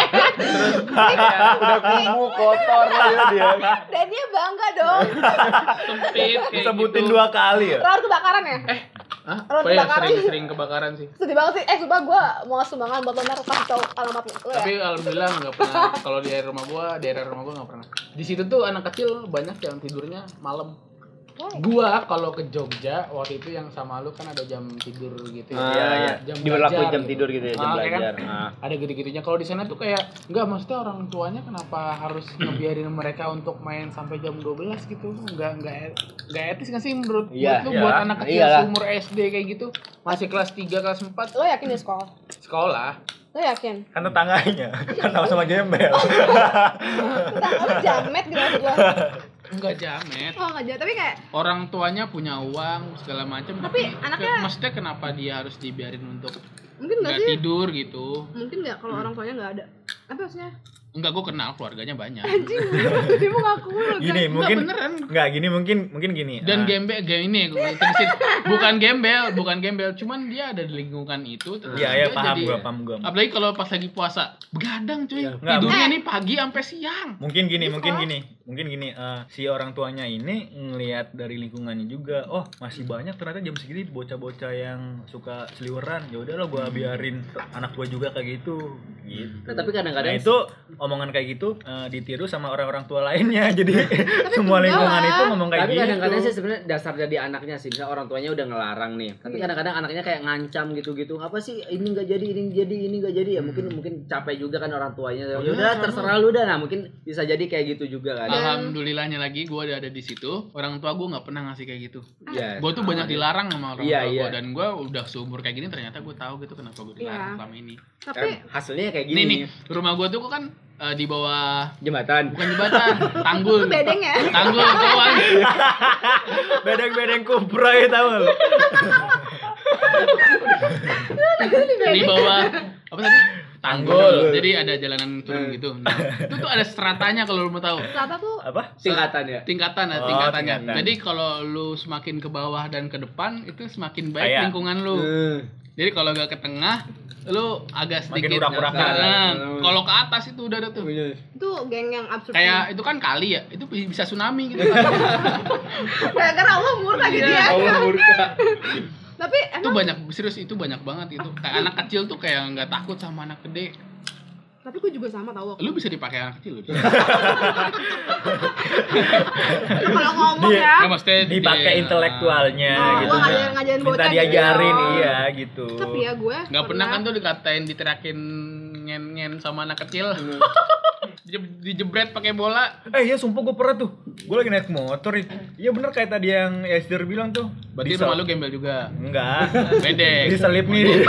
Udah kumuh kotor lah dia. Dan dia bangga dong. Sempit kayak Disebutin gitu. dua kali ya. Rawat kebakaran ya? Eh, hah? Kalau Oh ya, kebakaran. sering sering kebakaran sih. Sedih banget sih. Eh, coba gue mau sumbangan buat lo ntar kasih tau alamat lo ya. Tapi alhamdulillah nggak pernah. Kalau di daerah rumah gua, daerah rumah gua nggak pernah. Di situ tuh anak kecil banyak yang tidurnya malam. Why? Gua kalau ke Jogja waktu itu yang sama lu kan ada jam tidur gitu ya. Iya, iya. Jam Diberlakuin belajar jam gitu. tidur gitu ya, jam Ah, kayak kan? belajar. Ah. Ada gitu-gitunya. Kalau di sana tuh kayak enggak, maksudnya orang tuanya kenapa harus ngebiarin mereka untuk main sampai jam dua belas gitu? Enggak enggak enggak etis nggak sih menurut Iya, buat lu iya. buat anak kecil Iyalah. seumur S D kayak gitu, masih kelas tiga, kelas empat Lo yakin di sekolah? sekolah. Lo yakin? Kan tetangganya. Kan sama-sama gembel. Kita lo jamet gitu maksud lo? Enggak jamet. Oh nggak jamet, tapi kayak Orang tuanya punya uang segala macam, Tapi tapi, anaknya- ke- maksudnya kenapa dia harus dibiarin untuk mungkin nggak nggak sih? tidur gitu? Mungkin nggak kalau orang tuanya nggak ada. Apa maksudnya? Enggak, gue kenal keluarganya banyak. Anjing, jadi mau ngaku lo Gini Enggak, mungkin. beneran. Enggak gini mungkin mungkin gini. Dan ah, gembel game ini gue terusin, bukan gembel, bukan gembel, cuman dia ada di lingkungan itu. terus Iya iya dia paham jadi- gua paham gua. Apalagi kalau pas lagi puasa, begadang cuy. Iya. Nggak, Tidurnya Eh. nih pagi sampai siang. Mungkin gini, Di mungkin sekolah. gini, mungkin gini. eh, si orang tuanya ini ngelihat dari lingkungannya juga. Oh masih banyak ternyata jam segini bocah-bocah yang suka seliweran. Ya udahlah gua biarin anak gua juga kayak gitu. Gitu. Nah, tapi Nah kadang-kadang itu omongan kayak gitu eh, ditiru sama orang-orang tua lainnya. Jadi semua enggak lingkungan lah. itu ngomong kayak tapi gitu. kadang-kadang sih sebenarnya dasar jadi anaknya sih, misalnya orang tuanya udah ngelarang nih, tapi Iya. kadang-kadang anaknya kayak ngancam gitu-gitu, apa sih ini nggak jadi, ini jadi, ini nggak jadi ya, mungkin mungkin capek juga kan orang tuanya, ya udah terserah lu dah, nah mungkin bisa jadi kayak gitu juga kan. Alhamdulillahnya lagi gue ada di situ. Orang tua gue nggak pernah ngasih kayak gitu. Iya. Gue tuh banyak dilarang sama orang Iya, tua iya. gue, dan gue udah seumur kayak gini ternyata gue tahu gitu kenapa gue dilarang Iya. selama ini. Kan tapi hasilnya kayak gini Ini nih, nih, rumah gue tuh kan eh, di bawah, jembatan. bukan jembatan, tanggul. itu bedeng ya. Tanggul bawah. Bedeng-bedeng kupra ya tau gak lu? Di bawah apa tadi? Tanggul. Tanggul. Jadi ada jalanan turun gitu. Nah, itu tuh ada stratanya kalau lu mau tahu. Ternyata tuh Apa? Tingkatan ya. Tingkatan ada Oh, tingkatannya. tingkatan. Jadi kalau lu semakin ke bawah dan ke depan itu semakin baik Kayak- lingkungan lu. Hmm. Jadi kalau gak ke tengah, lu agak Makin sedikit. urak-urakan. Nah, kalau ke atas itu udah ada tuh. itu geng yang absurd. Kayak itu kan kali ya, itu bisa tsunami gitu. gara-gara Allah murka gitu Iya, ya. Allah murka. Tapi Itu emang banyak, serius itu banyak banget itu. Kayak anak kecil tuh kayak nggak takut sama anak gede. tapi gue juga sama tau. Lu bisa dipakai anak kecil lu. Kalau ngomong Dia- ya. Ya, maksudnya Dipakai dia- intelektualnya Oh, gitu. gua ngajarin- ngajarin Minta bocah gitu diajarin ya. iya gitu. Tapi ya gue Nggak pernah kan tuh dikatain diterakin ngen-ngen sama anak kecil. Dije- Dijebret pakai bola. Eh iya sumpah gue pernah tuh. Gue lagi naik motor. Iya bener kayak tadi yang Esther bilang tuh. Berarti Disel- rumah lu gembel juga. Enggak. Bedek. Diselip nih.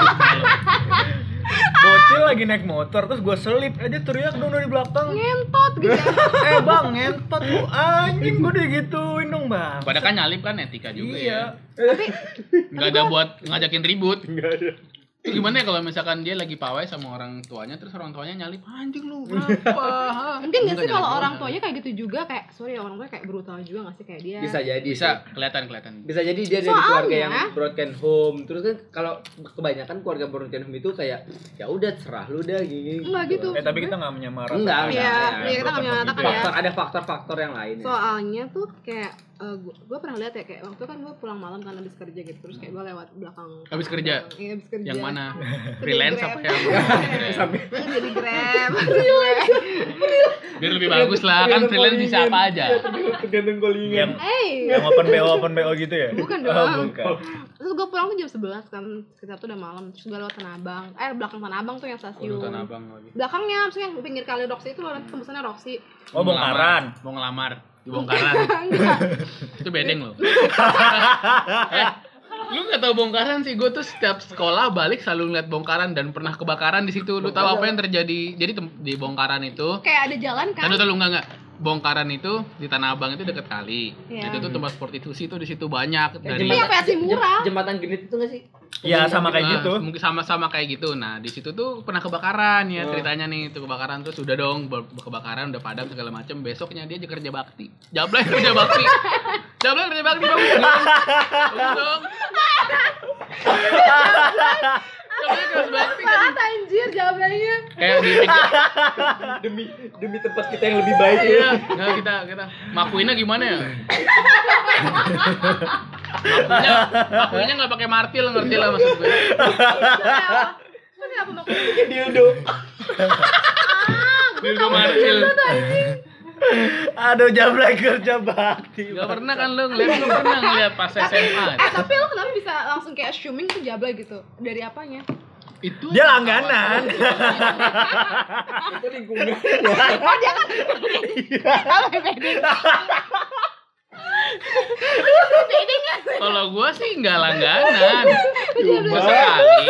Bocil lagi naik motor terus gue selip aja teriak dong dari belakang. ngentot gitu ya. Eh bang ngentot lu anjing gue digituin dong bang. Padahal kan nyalip kan etika juga Iya. ya. Nggak ada buat ngajakin ribut. Itu gimana ya kalau misalkan dia lagi pawai sama orang tuanya, terus orang tuanya nyalip, anjing lu kenapa? Ha?" Mungkin gak sih Nggak kalau nyalip orang doang. tuanya kayak gitu juga, kayak sorry ya orang tuanya kayak brutal juga gak sih kayak dia. Bisa jadi. Bisa kelihatan kelihatan. Bisa jadi dia dari Soalnya- keluarga yang broken home. Terus kan kalau kebanyakan keluarga broken home itu kayak ya udah serah lu dah gini. Enggak gitu. Eh tapi kita nggak menyamaratakan. Enggak, enggak. Iya, ya. iya kita gak menyatakan ya. Faktor ada faktor-faktor yang lain. Ya. Soalnya tuh kayak uh, gue pernah lihat ya kayak waktu kan gue pulang malam kan habis kerja gitu, terus kayak gue lewat belakang. Habis kerja? Iya habis kerja. Yang mana? Kerja Freelance Grab. apa ya? Sampai Terus jadi grab. Biar lebih bagus lah, kan freelance bisa apa aja. tergantung Yang callingan. Eh, yang open B O open B O gitu ya? Bukan Oh, dong. bukan. terus gue pulang tuh jam sebelas kan, sekitar tuh udah malam. Terus gue lewat Tanah Abang, eh belakang Tanah Abang tuh yang stasiun. Urutan abang lagi. Belakangnya, maksudnya yang pinggir kali Roxy itu loh, nanti tembusannya Roxy. Oh bongkaran. Mau ngelamar di bongkaran. Enggak. Itu bedeng loh. eh, lu nggak tahu bongkaran sih? Gue tuh setiap sekolah balik selalu ngeliat bongkaran dan pernah kebakaran di situ. Lu tahu apa yang terjadi? Jadi tem- di bongkaran itu, Kayak ada jalan kan? kan lu tahu nggak nggak? bongkaran itu di Tanah Abang itu deket kali. Iya. Itu tuh tempat prostitusi tuh di situ banyak Ya, dari Tapi apa sih murah? Jembatan genit itu nggak sih? Iya, sama kayak Nah, gitu. mungkin sama-sama kayak gitu. Nah, di situ tuh pernah kebakaran ya Oh. ceritanya nih. Itu kebakaran terus udah dong ber- kebakaran udah padam segala macam. Besoknya dia aja kerja bakti. Jablay kerja bakti. Jablay kerja bakti bagus dong. Bagus dong. Jablay kerja bakti kan. Banget anjir jawabannya. Kayak di pinggir. Demi demi tempat kita yang lebih baik ya. Iya, nah kita kita makuinnya gimana ya? Makuinnya, makuinnya nggak pakai martil, ngerti lah maksud gue. Tapi apa maksudnya? Kayak dildo. Dildo martil. Aduh, Jablay kerja bakti. Gak pernah kan lo ngeliat, lo pernah ngeliat pas S M A? Eh tapi lo kenapa bisa langsung kayak assuming tuh Jablay gitu? Dari apanya? Itu Dia langganan. Itu lingkungan. Kalau gua sih nggak langganan, cuma sekali.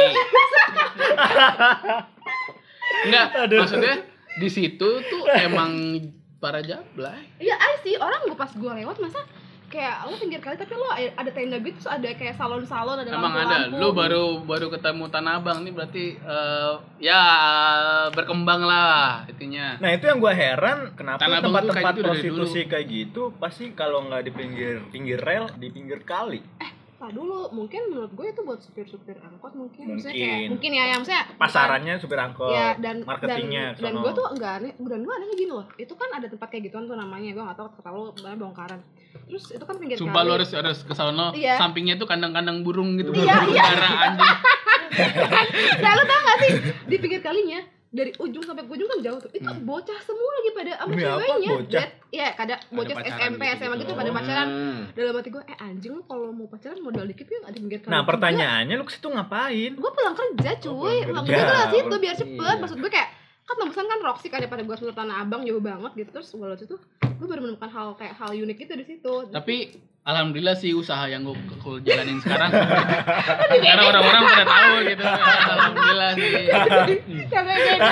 Enggak, maksudnya di situ tuh emang para jablay. Iya, I sih orang gue pas gue lewat masa kayak lo pinggir kali tapi lo ada tenda gitu terus ada kayak salon-salon ada Emang ada. lampu-lampu. Lu baru baru ketemu Tanah Abang nih berarti eh, ya berkembang lah intinya. Nah, itu yang gua heran kenapa Tanah Abang tuh tempat-tempat kayak gitu dari prostitusi kayak gitu pasti kalau nggak di pinggir pinggir rel, di pinggir kali. Nah dulu mungkin menurut gue itu buat supir-supir angkot mungkin. Maksudnya Mungkin. kayak mungkin ya yang maksudnya Pasarannya supir angkot. ya dan marketingnya dan, dan sono. gue tuh enggak aneh dan gue anehnya gini loh itu kan ada tempat kayak gituan tuh namanya gue nggak tahu kata lo namanya bongkaran terus itu kan pinggir Sumpah kali lu harus harus ke sono, Iya. sampingnya tuh kandang-kandang burung gitu. Iya, iya. Darah anjing. nah lo tau gak sih di pinggir kalinya dari ujung sampai ke ujung kan jauh tuh itu bocah semua lagi pada sama Demi apa, ceweknya bocah? Lihat, ya kadang bocah pacaran S M P S M A gitu gitu-gitu. pada pacaran Hmm. dalam hati gue eh anjing lu kalau mau pacaran modal dikit yuk ada pinggir kali Nah, juga. pertanyaannya lu ke situ ngapain? Gue pulang kerja cuy Oh, pulang pulang kerja. kerja tuh lewat situ biar cepet Iya. maksud gue kayak kan tembusan kan Roxy kan daripada gue seluruh Tanah Abang jauh banget gitu terus gue lewat situ gue baru menemukan hal kayak hal unik gitu di situ Tapi alhamdulillah sih usaha yang gue, gue jalanin sekarang karena orang-orang pada tahu gitu. Alhamdulillah sih. sampai gede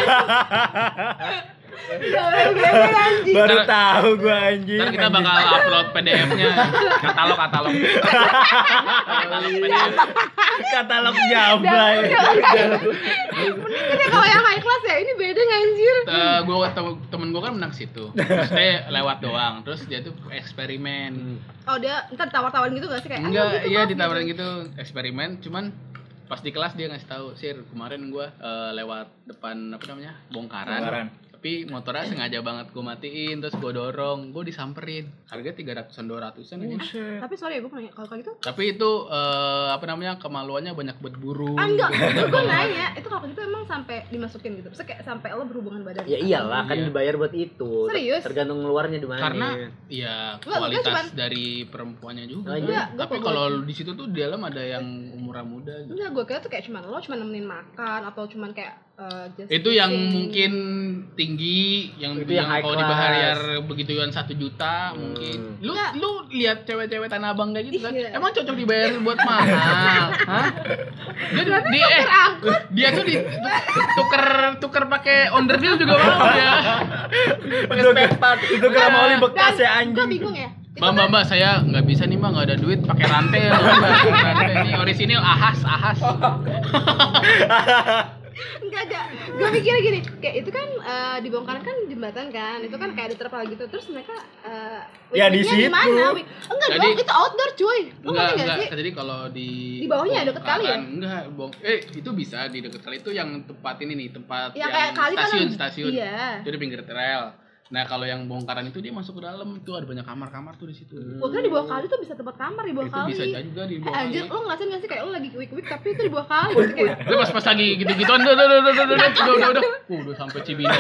sampai gede anjing Baru Ntar- tahu gua anjing. Ntar kita bakal upload P D F-nya, katalog katalog. Katalog P D F. katalog Jablay. mending kan ya kalau yang high class ya ini beda anjir Uh, gue temen gue kan menang situ, maksudnya lewat doang, terus dia tuh eksperimen. oh dia ntar tawar-tawarin gitu gak sih kayak Enggak, "Ayo, gitu, iya Mas," ditawarin gitu eksperimen, cuman pas di kelas dia ngasih tahu, Sir kemarin gue uh, lewat depan apa namanya bongkaran, Bongkaran. tapi motornya sengaja banget gue matiin, terus gue dorong, gue disamperin, harga tiga ratusan dua ratusan aja. Buset. tapi sorry ya gue nanya kalau kayak gitu Tapi itu uh, apa namanya kemaluannya banyak buat burung. ah enggak Banyak gue banget. nanya itu kalau kayak gitu emang sampai dimasukin gitu terus kayak sampai lo berhubungan badan Ya iyalah kan Iya. dibayar buat itu. Serius? Tergantung ngeluarnya di mana. Karena ya Enggak, kualitas enggak, cuman- dari perempuannya juga. Oh, iya. Enggak, Tapi gua- kalau di situ tuh di dalam ada yang umur muda gitu. enggak gue kira tuh kayak cuman lo cuman nemenin makan atau cuman kayak uh, just Itu yang kissing. mungkin tinggi, yang, Itu yang high kalau class. dibayar begituan satu juta Hmm. mungkin. Lu Enggak. lu lihat cewek-cewek Tanah Abang kayak gitu kan? Iya. Emang cocok dibayar buat mahal? Hah? Dia, di, eh, dia tuh di tuker tuker pakai onderdil juga mau ya. pakai spare part. Itu kira mau oli bekas ya gue anjing. bingung ya itu Mbak, mbak, mbak, saya nggak bisa nih mbak, nggak ada duit, pakai rantai ya mbak, pakai rantai ini orisinil ahas, ahas. enggak aja gue mikirnya gini kayak itu kan uh, dibongkar kan jembatan kan itu kan kayak ada terpal gitu terus mereka uh, Ya, di week-weeknya situ. mana? Week- enggak Jadi- dong itu outdoor cuy lo Enggak, ngerti gak enggak. sih Jadi kalau di Di bawahnya deket kali ya? bongkaran, enggak, bong. Eh, itu bisa di dekat kali itu yang tempat ini nih, tempat Ya, yang kayak kali kan stasiun, ada- stasiun. iya. Itu di pinggir rel. Nah, kalau yang bongkaran itu dia masuk ke dalam, itu ada banyak kamar-kamar tuh di situ. gue kira di bawah kali tuh bisa tempat kamar di bawah Itu kali bisa juga di Eh, bawah. anjir kali. lo ngerasain gak sih kayak lo lagi week-week tapi itu di bawah kali gitu kayak Lu pas pas lagi gitu-gituan udah udah udah udah udah udah udah udah udah Uh, udah sampai Cibinong.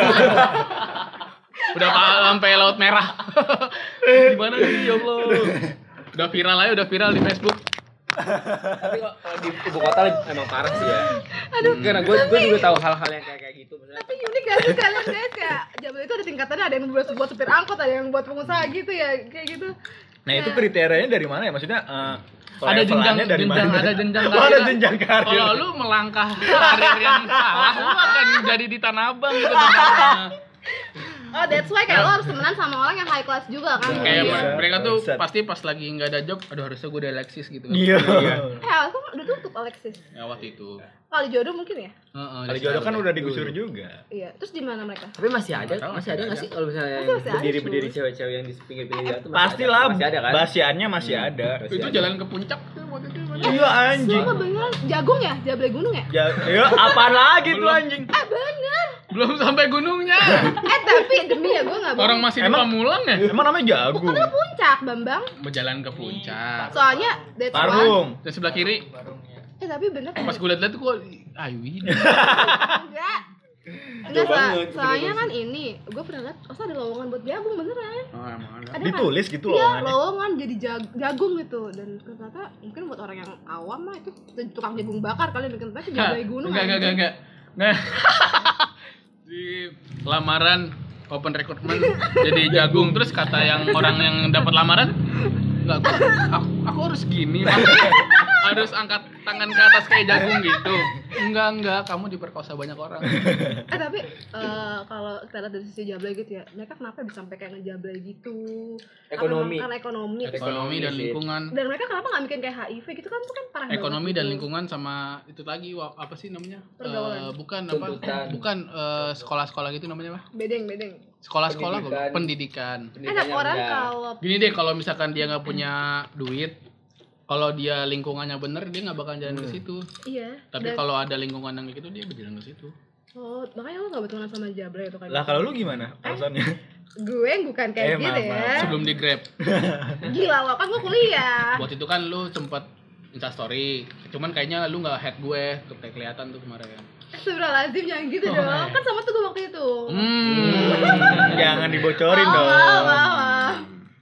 Udah pa- sampai Laut Merah. Gimana nih ya Allah. Udah viral aja, udah viral di Facebook. Tapi kok kalau di ibu kota emang parah sih ya. Aduh, karena gue gue juga tahu hal-hal yang kayak kayak gitu. Misalnya tapi unik gak sih kalian guys kayak Jablay itu ada tingkatannya ada yang buat buat supir angkot ada yang buat pengusaha gitu ya kayak gitu Nah, itu kriterianya dari mana ya? Maksudnya eh, Ada jenjang, levelannya dari jenjang, mana? ada jenjang Oh, ada karir. jenjang karir. Kalau lu melangkah karir yang salah, lu akan jadi di Tanah Abang gitu. tempatnya. Oh, that's why kayak lo harus temenan sama orang yang high class juga kan. Kayak Iya. mer- mereka tuh Bangsat. pasti pas lagi nggak ada job, aduh harusnya gue udah Alexis gitu kan. Iya. Eh, aku udah tutup Alexis. Ya waktu itu. Kali jodoh mungkin ya? Heeh. Kali jodoh kan udah digusur juga. Iya. Terus di mana mereka? Tapi masih ada, Nggak tahu, masih ada masih nggak sih kalau misalnya Masih- masih ada, berdiri-berdiri cuy. cewek-cewek yang di pinggir-pinggir jalan tuh masih Pastilah. ada. Masih ada kan? Basiannya masih ada. Masih Itu ada. jalan ke puncak tuh waktu itu. Iya anjing. Semua bener jagung ya? Jablay gunung ya? Ya, ya apaan lagi tuh Belum. anjing? Eh bener. Belum sampai gunungnya. Eh tapi demi ya gue nggak bohong. Orang masih di Emang- Pamulang ya? Emang namanya jagung. Bukan ke puncak, Bambang. Berjalan ke puncak. Soalnya that's why. Parung. Dan sebelah kiri, Eh tapi bener. pas gue liat-liat tuh gue, ayo ini. Enggak. Enggak, Jauh so- banget, soalnya bener kan ini, gue pernah liat, masa ada lowongan buat jagung beneran. Oh, emang ada. Ada kan? Ditulis gitu Iya, lowongannya. lowongan jadi jag- jagung gitu. Dan ternyata mungkin buat orang yang awam mah itu tukang jagung bakar kali bikin tempat Hah, jagung gunung. Enggak, enggak, enggak, anjing. enggak. Nah, di lamaran open recruitment jadi jagung, terus kata yang orang yang dapat lamaran, enggak, gua, aku, aku harus gini, harus angkat tangan ke atas kayak jagung gitu. Enggak, enggak, kamu diperkosa banyak orang. Eh tapi eh, kalau kita lihat dari sisi jablay gitu ya, mereka kenapa bisa sampai kayak ngejablay gitu? Apa Ekonomi. memang karena ekonomi. Ekonomi dan sih. lingkungan. Dan mereka kenapa nggak bikin kayak H I V gitu kan? Itu kan parah banget Ekonomi gitu. dan lingkungan sama itu lagi wa- apa sih namanya? Pergaulan. Eh, bukan apa? Tuntutan. Bukan eh, sekolah-sekolah gitu namanya apa? Bedeng, bedeng. Sekolah-sekolah kok, Pendidikan. pendidikan. Enak Pendidikannya orang udah. kalau Gini deh, kalau misalkan dia nggak punya duit, kalau dia lingkungannya bener dia nggak bakal jalan ke situ. iya. Tapi Dan- kalau ada lingkungan yang kayak gitu dia berjalan ke situ. Oh, makanya lo gak berteman sama jablay itu kan? Lah kalau lu gimana alasannya? Gue yang bukan kayak Eh, gitu maaf, ya. maaf. Sebelum di Grab, Gila lo kan gue kuliah. waktu itu kan lu sempet Insta story, cuman kayaknya lu nggak head gue, tuh kayak kelihatan tuh kemarin. Astagfirullahaladzim jangan gitu Oh, dong. iya. Kan sama tuh gue waktu itu. Hmm. Jangan dibocorin Oh, dong. maaf, maaf, maaf.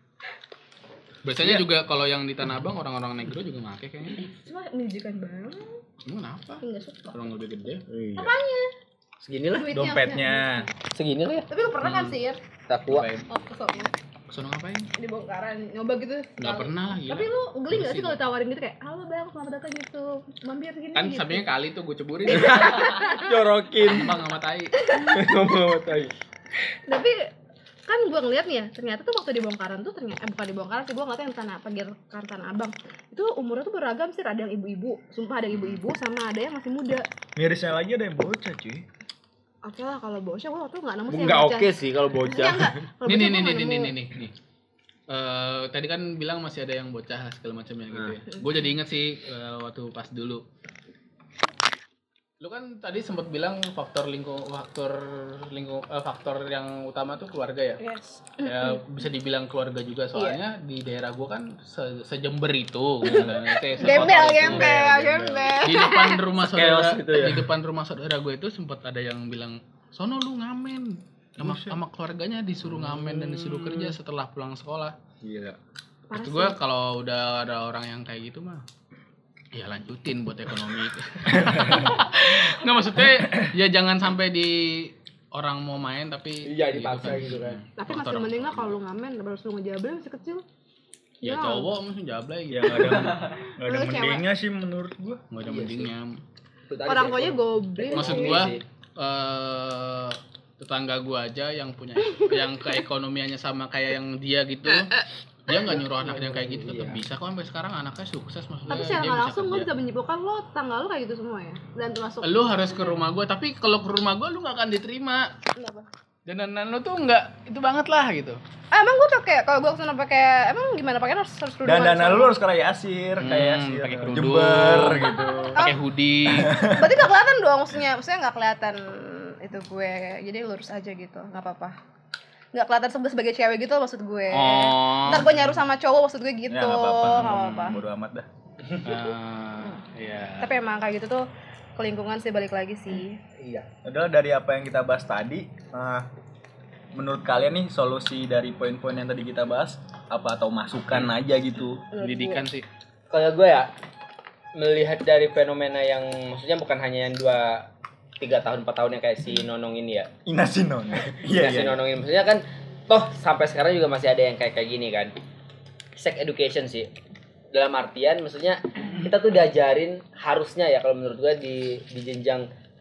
Biasanya Iya. juga kalau yang di Tanah Abang orang-orang negro juga make kayaknya. Cuma menunjukkan banget. Emang kenapa? Enggak suka. Orang lebih gede. Iya. Segini lah. Duitnya Dompetnya. Segini lah ya. Tapi lu pernah kan sih? Ir? Takwa. Ngapain? Oh, kesana. Kesana ngapain? Di bongkaran nyoba gitu. Nggak pernah lah, gila. Tapi lu geli gak sih Bersih. kalau ditawarin gitu kayak, halo bang, selamat datang gitu, mampir gini Kan gitu. sampingnya kali tuh gue ceburin. Jorokin. Abang sama tai. Ngomong tai. Tapi kan gue ngeliat nih ya, ternyata tuh waktu di bongkaran tuh ternyata, eh bukan di bongkaran sih, gue ngeliatnya yang tanah Pagirkan Tanah Abang. Itu umurnya tuh beragam sih, ada yang ibu-ibu, sumpah ada yang ibu-ibu sama ada yang masih muda. Mirisnya lagi ada yang bocah cuy. Oke lah kalau bocah gue waktu nggak nemu sih. Enggak yang bocah. oke sih kalau Maksudnya bocah. enggak, kalau Nih bocah nih gua nih nggak nih nih nemu. nih nih. nih. Eh, tadi kan bilang masih ada yang bocah lah segala macamnya gitu ya. Hmm. Gue jadi inget sih eh, waktu pas dulu. Lu kan tadi sempat bilang faktor lingkung faktor lingkung eh, faktor yang utama tuh keluarga ya. Yes. Ya bisa dibilang keluarga juga soalnya di daerah gua kan se sejember itu gitu kan. Se- sekotor Gembel, itu. gembel, gembel. Di depan rumah saudara Chaos gitu ya. di depan rumah saudara gue itu sempat ada yang bilang, "Sono lu ngamen." Sama, sama keluarganya disuruh ngamen dan disuruh kerja setelah pulang sekolah. Gila. Parah Itu sih. gue kalau udah ada orang yang kayak gitu mah, ya lanjutin buat ekonomi. Nggak maksudnya ya jangan sampai di orang mau main tapi Iya, dipaksa gitu kan. Tapi Faktor masih orang mending lah tua. kalau lu ngamen baru lu ngejablay masih kecil. Ya Ya. cowok mesti jablay Ya gitu. nggak ada nggak ada Lu cewek. mendingnya sih menurut gua. Nggak ada Iya mendingnya. Itu tadi Orang sih, tuanya ekonomi. goblin. Maksud Ekonomi gua sih. eh tetangga gua aja yang punya yang keekonomiannya sama kayak yang dia gitu. Dia nggak nyuruh anaknya kayak gitu, tetap Iya. bisa kok sampai sekarang anaknya sukses maksudnya. Tapi secara dia nggak bisa langsung gue kerja. bisa menyimpulkan lo tanggal lo kayak gitu semua ya. Dan termasuk. Lu harus ke rumah gua, tapi kalau ke rumah gua lu nggak akan diterima. Kenapa? Dandanan lu tuh nggak itu banget lah gitu. Ah, emang gue pakai kalau gue kesana pakai emang gimana pakai harus harus Dan dana lu harus kayak Yasir, kayak Hmm, Yasir. pakai kerudung. Jember gitu. Pakai hoodie. Berarti nggak kelihatan dong maksudnya, maksudnya nggak kelihatan itu gue. Jadi lurus aja gitu, nggak apa-apa. Nggak kelihatan sebagai sebagai cewek gitu maksud gue. Oh. Ntar gue nyaru sama cowok maksud gue gitu. Ya nggak apa-apa. Nggak apa-apa. Bodo amat dah. Ah, iya. Tapi emang kayak gitu tuh ke lingkungan sih balik lagi sih. Iya. Adalah dari apa yang kita bahas tadi, nah, menurut kalian nih solusi dari poin-poin yang tadi kita bahas apa atau masukan aja gitu? Menurut Pendidikan gue. sih. Kalau gue ya melihat dari fenomena yang maksudnya bukan hanya yang dua tiga tahun empat tahun yang kayak si Nonong ini ya. Inasinon. Iya, si Nonong ini maksudnya kan toh sampai sekarang juga masih ada yang kayak kayak gini kan. Sex education sih. Dalam artian maksudnya kita tuh diajarin harusnya ya kalau menurut gue di di jenjang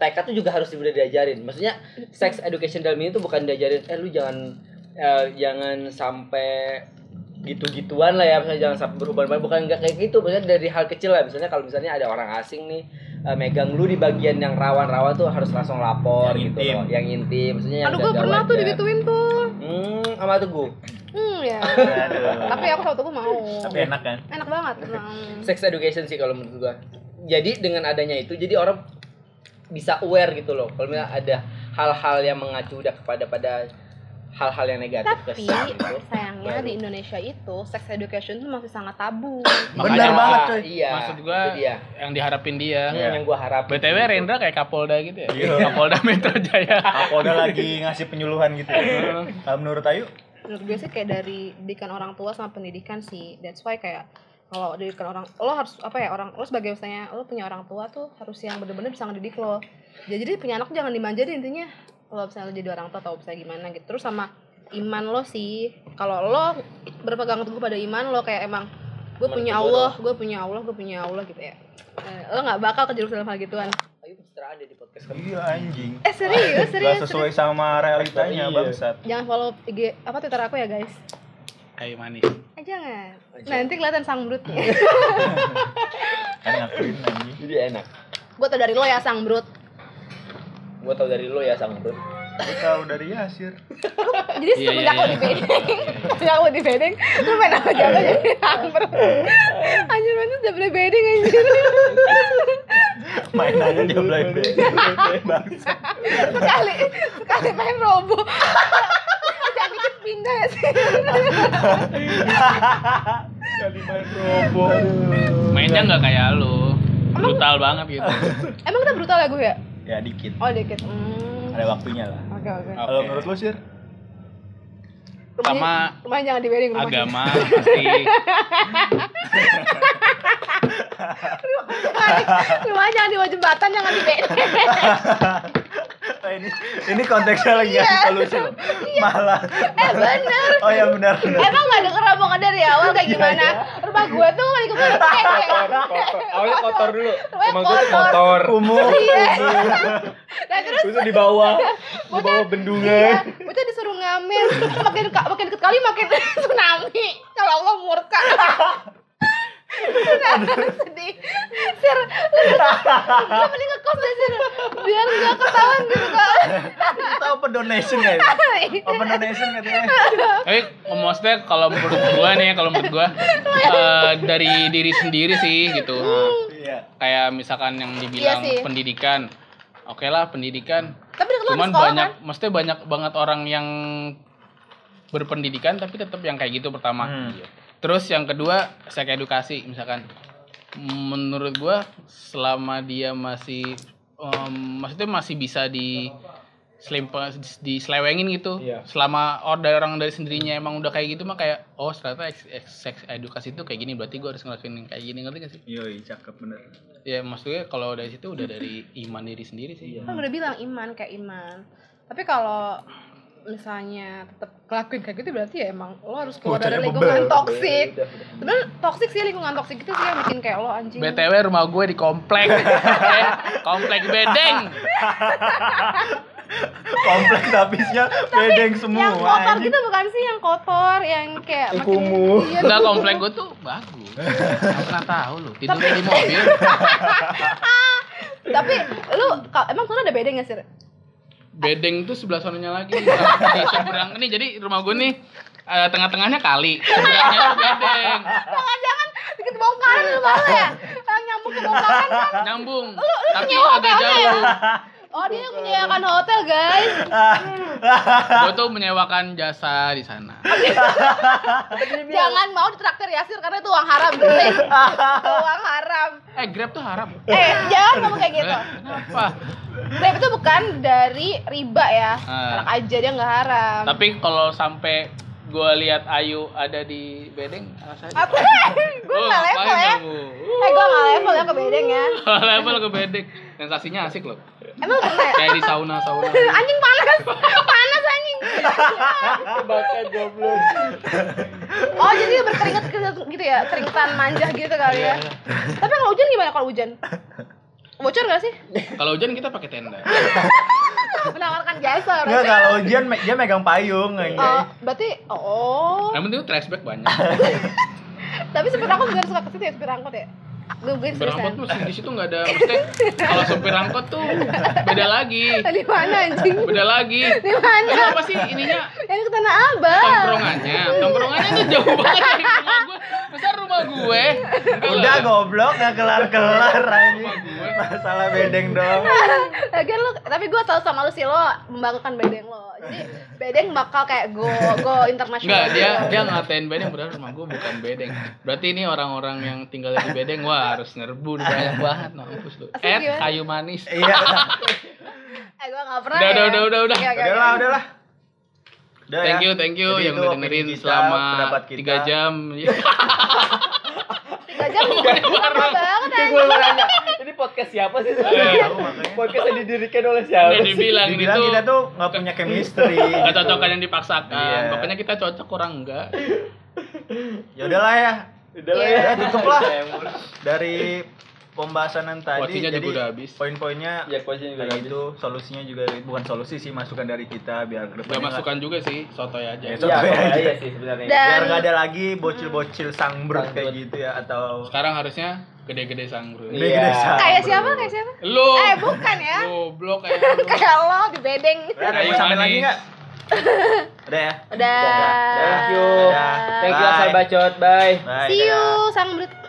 T K tuh juga harus udah diajarin. Maksudnya sex education dalam ini tuh bukan diajarin eh lu jangan eh, jangan sampai gitu-gituan lah ya, misalnya jangan sampai berhubungan, bukan enggak kayak gitu. Maksudnya dari hal kecil lah, misalnya kalau misalnya ada orang asing nih uh, megang lu di bagian yang rawan-rawan tuh harus langsung lapor Yang gitu intim. loh, yang intim, maksudnya yang Aduh, gue gak pernah tuh wajar. digituin tuh. Hmm, sama Teguh. Hmm, ya. Aduh. Tapi aku sama tuh mau. Tapi enak kan? Enak banget. Hmm. Sex education sih kalau menurut gua. Jadi dengan adanya itu, jadi orang bisa aware gitu loh. Kalau misalnya ada hal-hal yang mengacu udah kepada pada hal-hal yang negatif ke Tapi seks gitu. sayangnya Baru. di Indonesia itu sex education tuh masih sangat tabu. Benar banget, coy. Iya. Maksud gua itu dia. yang diharapin dia. Hmm, yang gua harap. B T W Rendra kayak Kapolda gitu ya. Iya. Kapolda Metro Jaya. Kapolda lagi ngasih penyuluhan gitu. Kalau menurut Ayu? Menurut gue sih kayak dari didikan orang tua sama pendidikan sih. That's why kayak kalau didikan orang, lo harus apa ya, orang lo sebagai misalnya lo punya orang tua tuh harus yang bener-bener bisa ngedidik lo. Ya, jadi punya anak jangan dimanja deh intinya. Kalau misalnya lo jadi orang tua atau misalnya gimana gitu. Terus sama iman lo sih. Kalau lo berpegang teguh pada iman lo kayak emang gue Iman punya kedua Allah, gue punya Allah, gue punya Allah gitu ya. Eh, lo nggak bakal kejerumus dalam hal gituan. Ayo pencitraan deh di podcast kami. Iya anjing. Eh serius, serius. Gak sesuai sama realitanya Iya. bangsat. Jangan follow I G apa Twitter aku ya guys. Ayo manis. Eh jangan. Aja. Nanti kelihatan sangbrutnya. Kan ngakuin anjing. Jadi enak. Gue tau dari lo ya sangbrut. Gua tau dari lo ya sang bro. Aku tahu dari Yasir. Jadi Iya, semenjak iya, lo iya. di bedeng, semenjak lo di bedeng, lo main apa jago jadi sangbrut. Anjir mana udah beli bedeng anjir. Mainannya dia blind band. Bangsat. Sekali, sekali main robo. Jangan dikit pindah ya sih. Kali main robo. Mainnya nggak kayak lu. Brutal banget gitu. Emang kita brutal ya gue ya? Ya dikit. Oh dikit. Hmm. Ada waktunya lah. Oke oke. Oke. Kalau menurut lu Sir? Sama Rumahnya jangan di bedeng rumahnya. agama pasti. Rumahnya jangan di bawah jembatan, jangan di bedeng. Oh, ini ini konteksnya lagi ngasih solusi loh. Malah. Eh bener. Oh ya benar benar. Emang gak denger omongan dari awal kayak gimana? Rumah gue tuh lagi kebun kayak Awalnya kotor dulu. Rumahnya Emang gua tuh kotor. kotor. Kumuh. Iya. Dan terus Terus di bawah, di bawah bendungan. iya, bocah disuruh ngamen. Makin makin deket kali makin tsunami. Kalau Allah murka. Tsunami sedih. Sir, lu mending ngekos deh Sir. Biar gak ketahuan gitu kan. Kita open donation guys. Open donation katanya. Tapi maksudnya kalau menurut gua nih, kalau menurut gua eh, dari diri sendiri sih gitu. Iya. Kayak misalkan yang dibilang Iya sih. pendidikan. Oke lah pendidikan. Tapi deket lu ada Cuman sekolah banyak, kan? maksudnya banyak banget orang yang berpendidikan tapi tetap yang kayak gitu pertama. Hmm. Terus yang kedua, sex edukasi misalkan. Menurut gua selama dia masih em, maksudnya masih bisa di selimpa, diselewengin gitu. Iya. Selama or dari orang dari sendirinya emang udah kayak gitu mah kayak oh ternyata ex- ex- sex edukasi itu kayak gini, berarti gua harus ngelakuin yang kayak gini, ngerti gak sih? Yoi, cakep bener. Ya maksudnya kalau dari situ udah dari iman diri sendiri sih. Kan udah bilang iman kayak iman. Tapi kalau misalnya tetap ngelakuin kayak gitu berarti ya emang lo harus keluar dari Bocahnya lingkungan bebel. toksik. Sebenarnya toksik sih lingkungan toksik itu sih yang bikin kayak lo anjing. B T W rumah gue di komplek. Oke, komplek bedeng. Kompleks habisnya bedeng semua. Yang kotor anjing. gitu bukan sih yang kotor yang kayak Yang makin- kumuh. Iya, Enggak, komplek gue tuh bagus. Gak pernah tahu lu, tidur di mobil. tapi lu ka- emang sana ada bedeng gak sih? Bedeng tuh sebelah sananya lagi. Di seberang ini jadi rumah gue nih eh, tengah-tengahnya kali, seberangnya tuh bedeng. Jangan-jangan dikit bongkaran lu malah ya. Yang nyambung ke bongkaran kan. Nyambung, lu tapi nyewa agak hotelnya ya? jauh. Oh dia menyediakan hotel guys. Gue tuh menyewakan jasa di sana. Jangan mau ditraktir Yasir karena itu uang haram guys. Itu uang haram. Eh, Grab tuh haram. Eh jangan ngomong kayak gitu. Eh, Kenapa? Grab itu bukan dari riba ya. Ah. Enak aja dia nggak haram. Tapi kalau sampai gue lihat Ayu ada di bedeng, alas aja. Apa? Gue Oh, nggak level ngapain ya. kamu? Eh gue nggak level ya ke bedeng ya. Level ke bedeng. Sensasinya asik loh. Emang pernah ya? Kayak di sauna-sauna. Anjing panas, panas anjing. Kebakar goblok. Oh jadi berkeringat gitu ya, keringetan manja gitu kali ya. Tapi kalau hujan gimana kalau hujan? Bocor gak sih? Kalau hujan kita pakai tenda. Menawarkan jasa Enggak, berarti. kalau hujan me- dia megang payung Oh, aja. berarti oh. Yang penting flashback banyak. Tapi supir angkot juga suka ke situ ya, supir angkot ya. Nungguin Supir angkot seriusan. tuh di situ nggak ada, maksudnya kalau supir angkot tuh beda lagi, Di mana anjing? beda lagi. Di mana? Itu apa sih ininya? Yang ke Tanah Abang. Tongkrongannya, tongkrongannya tuh jauh banget dari rumah gue. Besar rumah gue. Enggak Udah lah. goblok enggak kelar-kelar anjing. Rumah gue. Masalah bedeng doang. Lagian lu, tapi gue tau sama lu sih, lo membanggakan bedeng lo. Jadi bedeng bakal kayak go go internasional. Enggak, dia dia ngatain bedeng, padahal rumah gue bukan bedeng. Berarti ini orang-orang yang tinggal di bedeng, wah harus nyerbu banyak banget, mampus lu. Asli Ed gimana? kayu manis. Iya. Eh gue gak pernah Udah, ya. udah, udah, udah, udah. Oke, oke, Udahlah, oke. udahlah. Udah Thank ya. you, thank you Jadi yang itu udah opini dengerin kita, selama pendapat kita. tiga jam. Tiga jam lama banget Ini anjing. gue mau nanya, ini podcast siapa sih sebenarnya? Tahu makanya. Podcast yang didirikan oleh siapa Udah sih? dibilang Dibilang itu kita tuh nggak punya chemistry. nggak cocokan yang dipaksakan. Iya. Pokoknya kita cocok, kurang enggak. Ya udahlah ya. Udah lah Iya. ya. Ya tutup lah. Dari pembahasan yang tadi, Kuasinya juga jadi udah habis. poin-poinnya Ya, kuasinya juga kayak habis. gitu, solusinya juga bukan solusi sih, masukan dari kita biar Gak kedepannya masukan juga sih, sotoy aja. Ya, Iya, Contohnya iya, aja. iya sih sebenarnya. Dan- biar nggak ada lagi bocil-bocil sangbrut kayak Sangbrut. gitu ya, atau Sekarang harusnya gede-gede sangbrut. Iya. gede-gede sangbrut. Kayak siapa? Kayak siapa? Lu. Eh, bukan ya. Goblok kayak lu. Kayak lo di bedeng. Udah, ada Kayu yang sampai manis. lagi nggak? Udah ya. Udah. Thank you. Dadah. Thank you Bye. asal bacot. Bye. Bye. See dadah. you, Sangbrut.